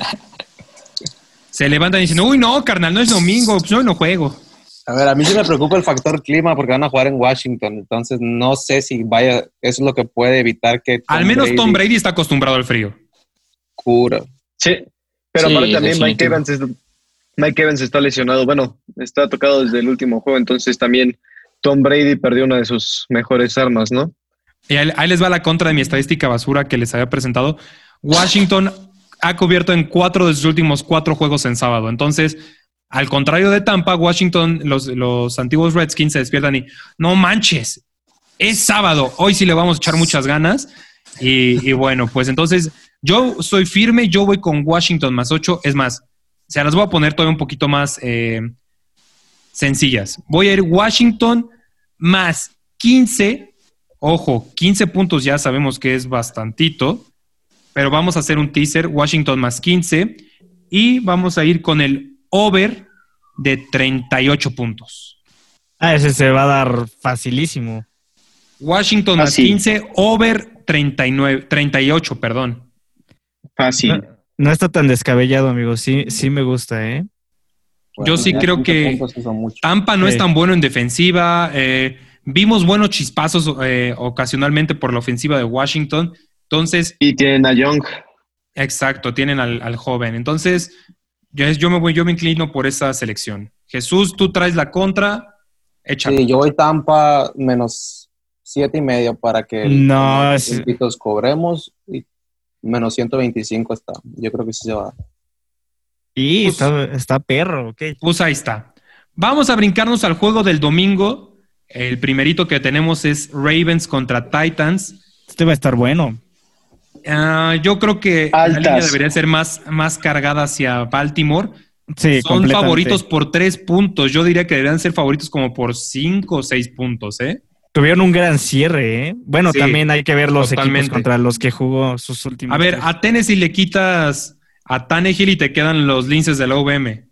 [SPEAKER 4] Se levantan diciendo, uy, no, carnal, no es domingo, pues hoy no juego.
[SPEAKER 8] A ver, a mí sí me preocupa el factor clima porque van a jugar en Washington, entonces no sé si vaya, eso es lo que puede evitar que Tom
[SPEAKER 4] Al menos
[SPEAKER 8] Brady
[SPEAKER 4] Tom Brady está acostumbrado al frío.
[SPEAKER 8] cura.
[SPEAKER 6] Sí, pero
[SPEAKER 7] Sí,
[SPEAKER 6] aparte también Mike
[SPEAKER 7] definitivo.
[SPEAKER 6] Evans, es- Mike Evans está lesionado, bueno, está tocado desde el último juego, entonces también Tom Brady perdió una de sus mejores armas, ¿no?
[SPEAKER 4] Y ahí, ahí les va la contra de mi estadística basura que les había presentado. Washington ha cubierto en cuatro de sus últimos cuatro juegos en sábado. Entonces, al contrario de Tampa, Washington, los, los antiguos Redskins se despiertan y no manches, es sábado, hoy sí le vamos a echar muchas ganas. Y, y bueno, pues entonces yo soy firme, yo voy con Washington más ocho. Es más, se las voy a poner todavía un poquito más eh, sencillas. Voy a ir Washington más quince. Ojo, quince puntos ya sabemos que es bastantito, pero vamos a hacer un teaser, Washington más quince, y vamos a ir con el over de treinta y ocho puntos.
[SPEAKER 5] Ah, ese se va a dar facilísimo.
[SPEAKER 4] Washington más
[SPEAKER 6] Fácil.
[SPEAKER 4] quince, over treinta y nueve, treinta y ocho, perdón.
[SPEAKER 6] Fácil.
[SPEAKER 5] No, no está tan descabellado, amigo. Sí, sí me gusta, ¿eh?
[SPEAKER 4] Yo sí
[SPEAKER 8] ya
[SPEAKER 4] creo
[SPEAKER 8] quince
[SPEAKER 4] que
[SPEAKER 8] puntos sí son mucho.
[SPEAKER 4] Tampa no
[SPEAKER 5] Sí.
[SPEAKER 4] es tan bueno en defensiva. Eh, vimos buenos chispazos eh, ocasionalmente por la ofensiva de Washington. Entonces,
[SPEAKER 6] Y tienen a Young.
[SPEAKER 4] exacto, tienen al, al joven. Entonces, yo, yo, me voy, yo me inclino por esa selección. Jesús, tú traes la contra, échale.
[SPEAKER 8] Sí, yo voy Tampa menos siete y medio para que
[SPEAKER 5] No,
[SPEAKER 8] los
[SPEAKER 5] es-
[SPEAKER 8] puntitos cobremos y menos ciento veinticinco está. Yo creo que sí se va a dar.
[SPEAKER 5] Y
[SPEAKER 4] Pues-
[SPEAKER 5] está, está perro, ok.
[SPEAKER 4] Pues ahí está. Vamos a brincarnos al juego del domingo. El primerito que tenemos es Ravens contra Titans.
[SPEAKER 5] Este va a estar bueno.
[SPEAKER 4] Uh, yo creo que
[SPEAKER 6] Altas.
[SPEAKER 4] la línea debería ser más, más cargada hacia Baltimore.
[SPEAKER 5] Sí,
[SPEAKER 4] son favoritos por tres puntos. Yo diría que deberían ser favoritos como por cinco o seis puntos, ¿eh?
[SPEAKER 5] Tuvieron un gran cierre, ¿eh? Bueno, sí, también hay que ver los totalmente. Equipos contra los que jugó sus últimos.
[SPEAKER 4] A ver,
[SPEAKER 5] tres.
[SPEAKER 4] A Tennessee le quitas a Tannehill y te quedan los linces de la U V M.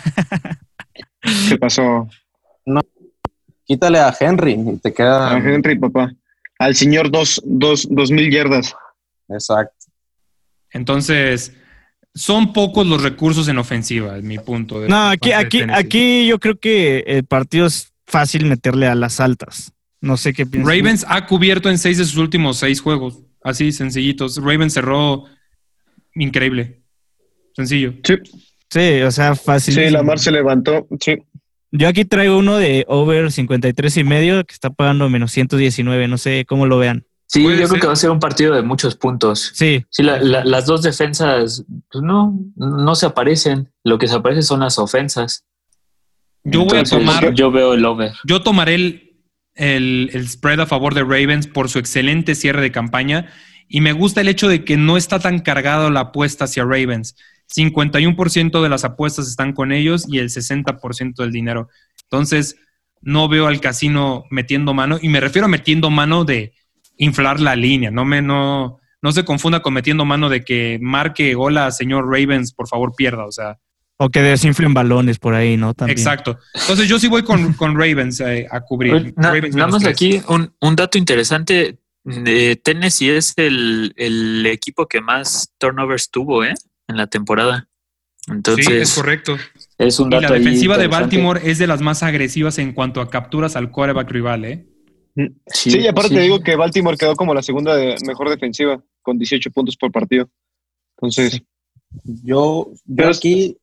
[SPEAKER 6] ¿Qué pasó?
[SPEAKER 8] No, quítale a Henry y te queda...
[SPEAKER 6] A Henry, papá. Al señor dos, dos, dos mil yardas.
[SPEAKER 8] Exacto.
[SPEAKER 4] Entonces, son pocos los recursos en ofensiva, es mi punto. De
[SPEAKER 5] no, aquí, aquí, aquí yo creo que el partido es fácil meterle a las altas. No sé qué piensas.
[SPEAKER 4] Ravens ha cubierto en seis de sus últimos seis juegos. Así, sencillitos. Ravens cerró increíble. Sencillo.
[SPEAKER 6] Sí.
[SPEAKER 5] Sí, o sea, fácil.
[SPEAKER 6] Sí, Lamar se levantó. Sí.
[SPEAKER 5] Yo aquí traigo uno de over cincuenta y tres y medio que está pagando menos ciento diecinueve. No sé cómo lo vean.
[SPEAKER 7] Sí, yo
[SPEAKER 4] ser?
[SPEAKER 7] creo que va a ser un partido de muchos puntos.
[SPEAKER 5] Sí.
[SPEAKER 7] Sí, la, la, las dos defensas pues no, no se aparecen. Lo que se aparece son las ofensas.
[SPEAKER 4] Yo Entonces, voy a tomar.
[SPEAKER 7] Yo veo el over.
[SPEAKER 4] Yo tomaré el, el, el spread a favor de Ravens por su excelente cierre de campaña. Y me gusta el hecho de que no está tan cargado la apuesta hacia Ravens. cincuenta y uno por ciento de las apuestas están con ellos y el sesenta por ciento del dinero. Entonces, no veo al casino metiendo mano. Y me refiero a metiendo mano de inflar la línea. No me no, no se confunda con metiendo mano de que marque, hola, señor Ravens, por favor, pierda. O sea.
[SPEAKER 5] O que desinflen balones por ahí, ¿no? También.
[SPEAKER 4] Exacto. Entonces, yo sí voy con, con Ravens eh, a cubrir.
[SPEAKER 7] Na,
[SPEAKER 4] Ravens
[SPEAKER 7] nada más
[SPEAKER 4] tres.
[SPEAKER 7] Aquí un, un dato interesante. De Tennessee es el, el equipo que más turnovers tuvo, ¿eh? En la temporada. Entonces,
[SPEAKER 4] sí, es correcto.
[SPEAKER 7] Es un dato.
[SPEAKER 4] Y la defensiva de Baltimore es de las más agresivas en cuanto a capturas al quarterback rival, ¿eh?
[SPEAKER 6] Sí, sí y aparte sí. digo que Baltimore quedó como la segunda de mejor defensiva, con dieciocho puntos por partido. Entonces,
[SPEAKER 8] yo, yo aquí...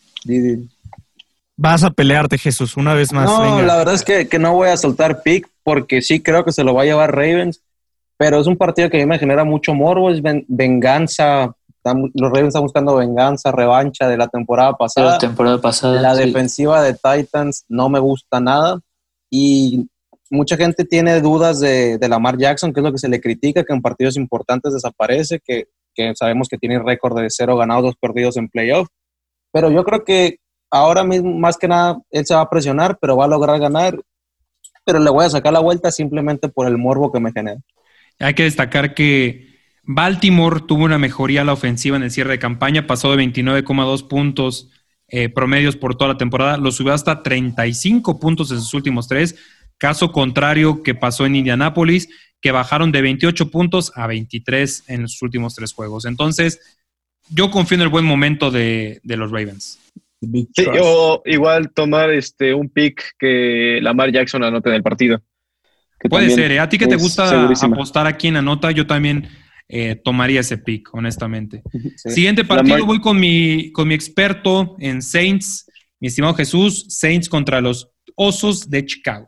[SPEAKER 5] Vas a pelearte, Jesús, una vez más.
[SPEAKER 8] No,
[SPEAKER 5] venga.
[SPEAKER 8] La verdad es que, que no voy a soltar pick porque sí creo que se lo va a llevar Ravens, pero es un partido que a mí me genera mucho morbo, es ven, venganza. Los Ravens están buscando venganza, revancha de la temporada pasada.
[SPEAKER 7] La temporada pasada.
[SPEAKER 8] La
[SPEAKER 7] sí.
[SPEAKER 8] defensiva de Titans no me gusta nada y mucha gente tiene dudas de, de Lamar Jackson, que es lo que se le critica, que en partidos importantes desaparece, que, que sabemos que tiene récord de cero ganados, dos perdidos en playoff. Pero yo creo que ahora mismo, más que nada, él se va a presionar, pero va a lograr ganar. Pero le voy a sacar la vuelta simplemente por el morbo que me genera.
[SPEAKER 4] Hay que destacar que Baltimore tuvo una mejoría a la ofensiva en el cierre de campaña, pasó de veintinueve coma dos puntos eh, promedios por toda la temporada, lo subió hasta treinta y cinco puntos en sus últimos tres, caso contrario que pasó en Indianápolis, que bajaron de veintiocho puntos a veintitrés en sus últimos tres juegos. Entonces, yo confío en el buen momento de, de los Ravens.
[SPEAKER 6] Sí, o igual tomar este un pick que Lamar Jackson anote en el partido.
[SPEAKER 4] Puede ser, ¿eh? A ti que te gusta segurísima. apostar a quién anota, yo también eh, tomaría ese pick, honestamente. Sí. Siguiente partido, Lamar... voy con mi, con mi experto en Saints, mi estimado Jesús, Saints contra los Osos de Chicago.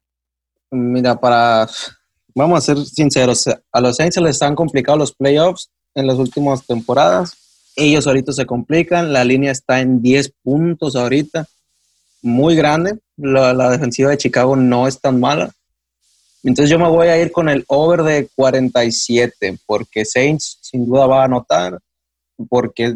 [SPEAKER 8] Mira, para... Vamos a ser sinceros, a los Saints se les han complicado los playoffs en las últimas temporadas. Ellos ahorita se complican, la línea está en diez puntos ahorita, muy grande. La, la defensiva de Chicago no es tan mala. Entonces yo me voy a ir con el over de cuarenta y siete, porque Saints sin duda va a anotar, porque,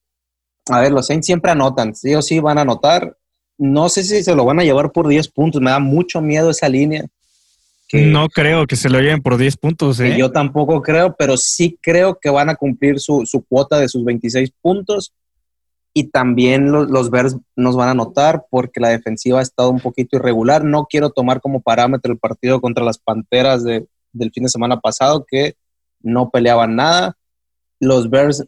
[SPEAKER 8] a ver, los Saints siempre anotan, sí o sí van a anotar. No sé si se lo van a llevar por diez puntos, me da mucho miedo esa línea.
[SPEAKER 5] Que, no creo que se lo lleven por diez puntos. ¿eh?
[SPEAKER 8] Yo tampoco creo, pero sí creo que van a cumplir su, su cuota de sus veintiséis puntos. Y también los, los Bears nos van a anotar porque la defensiva ha estado un poquito irregular. No quiero tomar como parámetro el partido contra las Panteras de, del fin de semana pasado, que no peleaban nada. Los Bears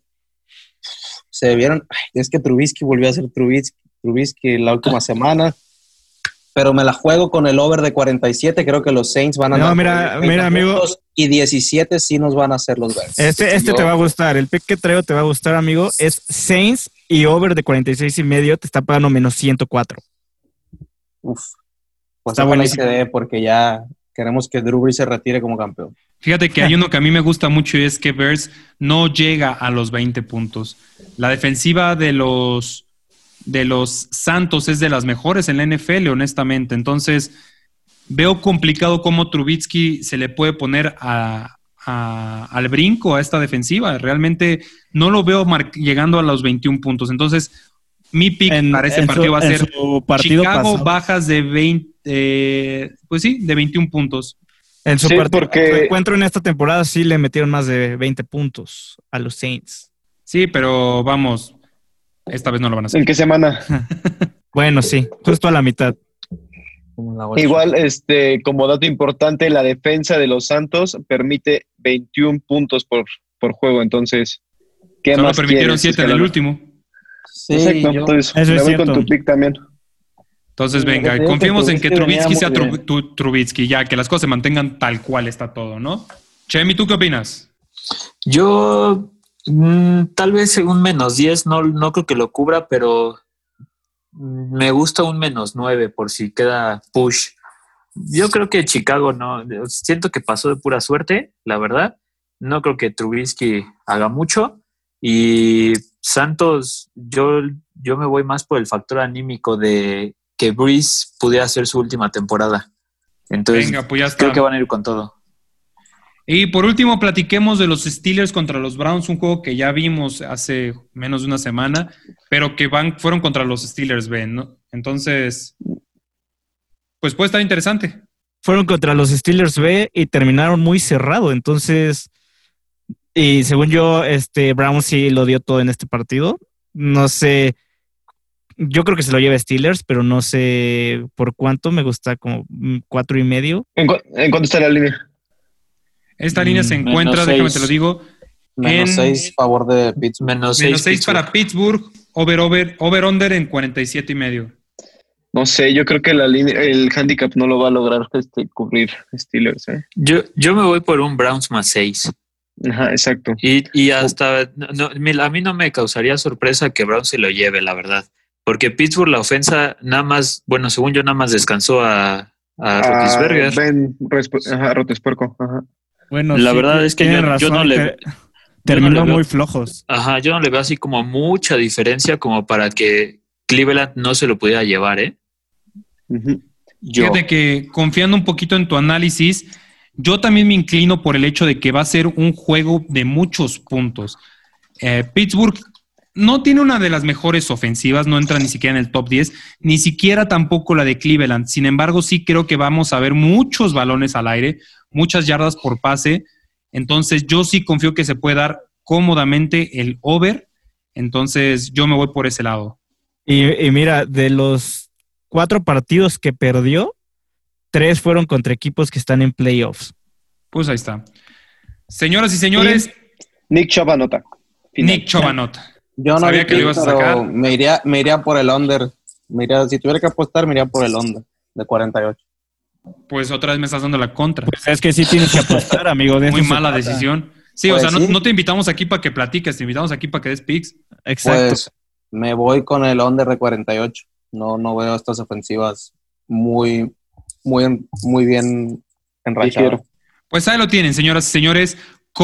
[SPEAKER 8] se vieron... Ay, es que Trubisky volvió a ser Trubisky, Trubisky la última semana. Pero me la juego con el over de cuarenta y siete. Creo que los Saints van a...
[SPEAKER 5] No, mira, mira, amigo.
[SPEAKER 8] Y diecisiete sí nos van a hacer los Bears.
[SPEAKER 5] Este, este Yo, te va a gustar. El pick que traigo te va a gustar, amigo. Es Saints y over de cuarenta y seis y medio. Te está pagando menos ciento cuatro.
[SPEAKER 8] Uf. Pues está buenísimo. Porque ya queremos que Drew Brees se retire como campeón.
[SPEAKER 4] Fíjate que hay uno que a mí me gusta mucho y es que Bears no llega a los veinte puntos. La defensiva de los... de los Santos es de las mejores en la N F L, honestamente. Entonces, veo complicado cómo Trubisky se le puede poner a, a, al brinco a esta defensiva. Realmente no lo veo mar- llegando a los veintiún puntos. Entonces, mi pick en, para este partido su, va a ser Chicago pasado. Bajas de veinte, eh, pues sí, de veintiún puntos.
[SPEAKER 5] En su,
[SPEAKER 6] sí,
[SPEAKER 5] partido,
[SPEAKER 6] porque...
[SPEAKER 5] su encuentro en esta temporada sí le metieron más de veinte puntos a los Saints.
[SPEAKER 4] Sí, pero vamos, esta vez no lo van a hacer.
[SPEAKER 6] ¿En qué semana?
[SPEAKER 5] Bueno, sí, justo a la mitad.
[SPEAKER 6] Igual, este, como dato importante, la defensa de los Santos permite veintiún puntos por, por juego. Entonces, ¿qué
[SPEAKER 4] Solo
[SPEAKER 6] más
[SPEAKER 4] permitieron siete en el último.
[SPEAKER 6] Sí, exacto, yo, entonces me voy con tu pick también.
[SPEAKER 4] Entonces, venga, sí, confiemos en que Trubisky sea tru, tu, Trubisky, ya que las cosas se mantengan tal cual está todo, ¿no? Chemi, ¿tú qué opinas?
[SPEAKER 7] Yo, mmm, tal vez un menos diez, no, no creo que lo cubra, pero me gusta un menos nueve por si queda push. Yo creo que Chicago no, siento que pasó de pura suerte, la verdad. No creo que Trubisky haga mucho. Y Santos, yo, yo me voy más por el factor anímico de que Breeze pudiera hacer su última temporada. Entonces, Venga, pues ya está. Creo que van a ir con todo.
[SPEAKER 4] Y por último, platiquemos de los Steelers contra los Browns, un juego que ya vimos hace menos de una semana, pero que van, fueron contra los Steelers, ¿ven? ¿no? Entonces, pues puede estar interesante.
[SPEAKER 5] Fueron contra los Steelers B y terminaron muy cerrado, entonces, y según yo, este Browns sí lo dio todo en este partido. No sé, yo creo que se lo lleva Steelers, pero no sé por cuánto, me gusta como cuatro y medio.
[SPEAKER 6] ¿En, cu- ¿en cuánto está la línea?
[SPEAKER 4] Esta mm, línea se encuentra, déjame te lo digo,
[SPEAKER 8] menos
[SPEAKER 4] en
[SPEAKER 8] seis favor de Pittsburgh.
[SPEAKER 7] Menos
[SPEAKER 4] seis para Pittsburgh, over, over, over under en cuarenta y siete y medio.
[SPEAKER 6] No sé, yo creo que la línea, el handicap no lo va a lograr este, cubrir Steelers. ¿eh?
[SPEAKER 7] Yo, yo me voy por un Browns más seis.
[SPEAKER 6] Ajá, exacto.
[SPEAKER 7] Y, y hasta, no, a mí no me causaría sorpresa que Browns se lo lleve, la verdad. Porque Pittsburgh, la ofensa, nada más, bueno, según yo, nada más descansó a, a Roethlisberger.
[SPEAKER 6] Uh, Ben ajá, Roethlisberger, ajá.
[SPEAKER 7] Bueno, la sí, verdad es que yo, razón, yo no le...
[SPEAKER 5] Ter- terminó no le veo, muy flojos.
[SPEAKER 7] Ajá, yo no le veo así como mucha diferencia como para que Cleveland no se lo pudiera llevar, ¿eh?
[SPEAKER 6] Uh-huh.
[SPEAKER 4] Yo. Fíjate que confiando un poquito en tu análisis, yo también me inclino por el hecho de que va a ser un juego de muchos puntos. Eh, Pittsburgh no tiene una de las mejores ofensivas, no entra ni siquiera en el top diez, ni siquiera tampoco la de Cleveland. Sin embargo, sí creo que vamos a ver muchos balones al aire, muchas yardas por pase. Entonces, yo sí confío que se puede dar cómodamente el over. Entonces, yo me voy por ese lado.
[SPEAKER 5] Y, y mira, de los cuatro partidos que perdió, tres fueron contra equipos que están en playoffs.
[SPEAKER 4] Pues ahí está. Señoras y señores.
[SPEAKER 6] Y Nick Chubb anota.
[SPEAKER 4] Nick Chubb anota.
[SPEAKER 8] Yo no
[SPEAKER 4] sabía que lo ibas a sacar.
[SPEAKER 8] Me iría, me iría por el under. Me iría, si tuviera que apostar, me iría por el under de cuarenta y ocho.
[SPEAKER 4] Pues otra vez me estás dando la contra.
[SPEAKER 5] Pues es que sí tienes que apostar, amigo. De
[SPEAKER 4] Muy mala decisión. Sí, pues o sea, sí. No, no te invitamos aquí para que platiques, te invitamos aquí para que des picks.
[SPEAKER 5] Exacto.
[SPEAKER 8] Pues me voy con el under de cuarenta y ocho. No, no veo estas ofensivas muy, muy, muy bien enrachadas.
[SPEAKER 4] Pues ahí lo tienen, señoras y señores.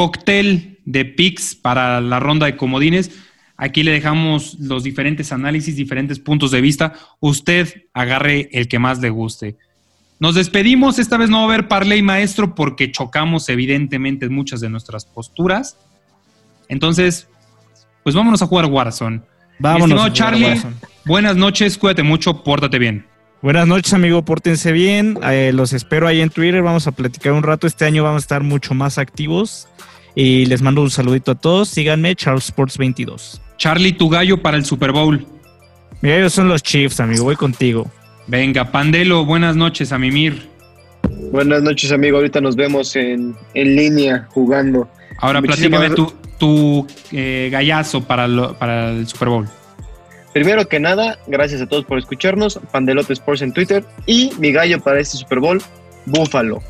[SPEAKER 4] Cóctel de picks para la ronda de comodines. Aquí le dejamos los diferentes análisis, diferentes puntos de vista. Usted agarre el que más le guste. Nos despedimos. Esta vez no va a haber parlay maestro porque chocamos evidentemente en muchas de nuestras posturas. Entonces, pues vámonos a jugar Warzone.
[SPEAKER 5] Vámonos.
[SPEAKER 4] Mi estimado Charlie, buenas noches, cuídate mucho, pórtate bien.
[SPEAKER 5] Buenas noches, amigo, pórtense bien. Eh, los espero ahí en Twitter. Vamos a platicar un rato. Este año vamos a estar mucho más activos. Y les mando un saludito a todos. Síganme, Charles Sports veintidós.
[SPEAKER 4] Charlie, tu gallo para el Super Bowl.
[SPEAKER 5] Mi gallo son los Chiefs, amigo. Voy contigo.
[SPEAKER 4] Venga, Pandelo, buenas noches, Amimir.
[SPEAKER 6] Buenas noches, amigo. Ahorita nos vemos en, en línea jugando.
[SPEAKER 4] Ahora Muchísimas... platícame tu, tu eh, gallazo para, lo, para el Super Bowl.
[SPEAKER 6] Primero que nada, gracias a todos por escucharnos. Pandelote Sports en Twitter. Y mi gallo para este Super Bowl, Búfalo.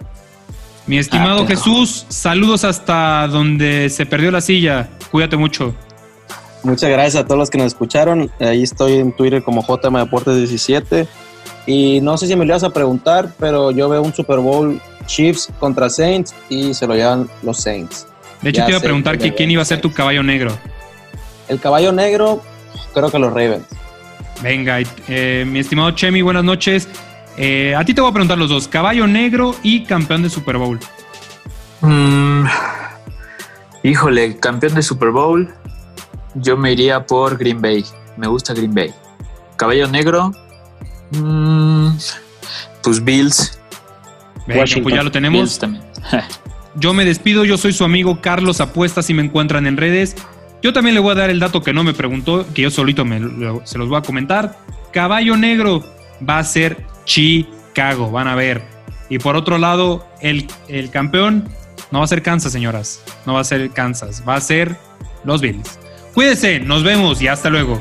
[SPEAKER 4] Mi estimado ah, Jesús, saludos hasta donde se perdió la silla. Cuídate mucho.
[SPEAKER 8] Muchas gracias a todos los que nos escucharon. Ahí estoy en Twitter como J M Deportes diecisiete. Y no sé si me lo ibas a preguntar, pero yo veo un Super Bowl Chiefs contra Saints y se lo llevan los Saints.
[SPEAKER 4] De hecho, ya te iba a preguntar que quién iba a ser tu caballo negro.
[SPEAKER 8] El caballo negro, creo que los Ravens.
[SPEAKER 4] Venga, eh, mi estimado Chemi, buenas noches. Eh, a ti te voy a preguntar los dos, caballo negro y campeón de Super Bowl.
[SPEAKER 7] Mm, híjole, campeón de Super Bowl, yo me iría por Green Bay. Me gusta Green Bay. Caballo negro, mm, pues Bills.
[SPEAKER 4] Venga, pues ya lo tenemos.
[SPEAKER 7] Bills también.
[SPEAKER 4] Yo me despido, yo soy su amigo Carlos Apuestas, si me encuentran en redes. Yo también le voy a dar el dato que no me preguntó, que yo solito me, lo, se los voy a comentar. Caballo negro va a ser Chicago, van a ver. Y por otro lado, el, el campeón no va a ser Kansas, señoras. No va a ser Kansas, va a ser los Bills. Cuídense, nos vemos y hasta luego.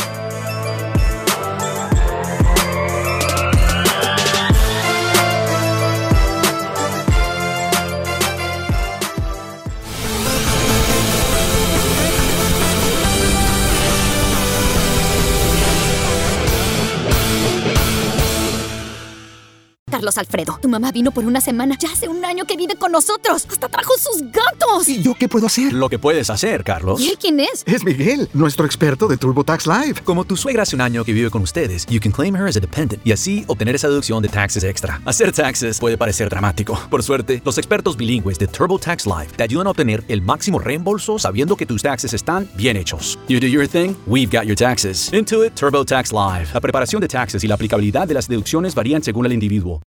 [SPEAKER 1] Carlos Alfredo, tu mamá vino por una semana. Ya hace un año que vive con nosotros. Hasta trajo sus gatos.
[SPEAKER 2] ¿Y yo qué puedo hacer?
[SPEAKER 3] Lo que puedes hacer, Carlos.
[SPEAKER 1] ¿Y él quién es?
[SPEAKER 2] Es Miguel, nuestro experto de TurboTax Live.
[SPEAKER 3] Como tu suegra hace un año que vive con ustedes, you can claim her as a dependent y así obtener esa deducción de taxes extra. Hacer taxes puede parecer dramático. Por suerte, los expertos bilingües de TurboTax Live te ayudan a obtener el máximo reembolso sabiendo que tus taxes están bien hechos. You do your thing, we've got your taxes. Intuit TurboTax Live. La preparación de taxes y la aplicabilidad de las deducciones varían según el individuo.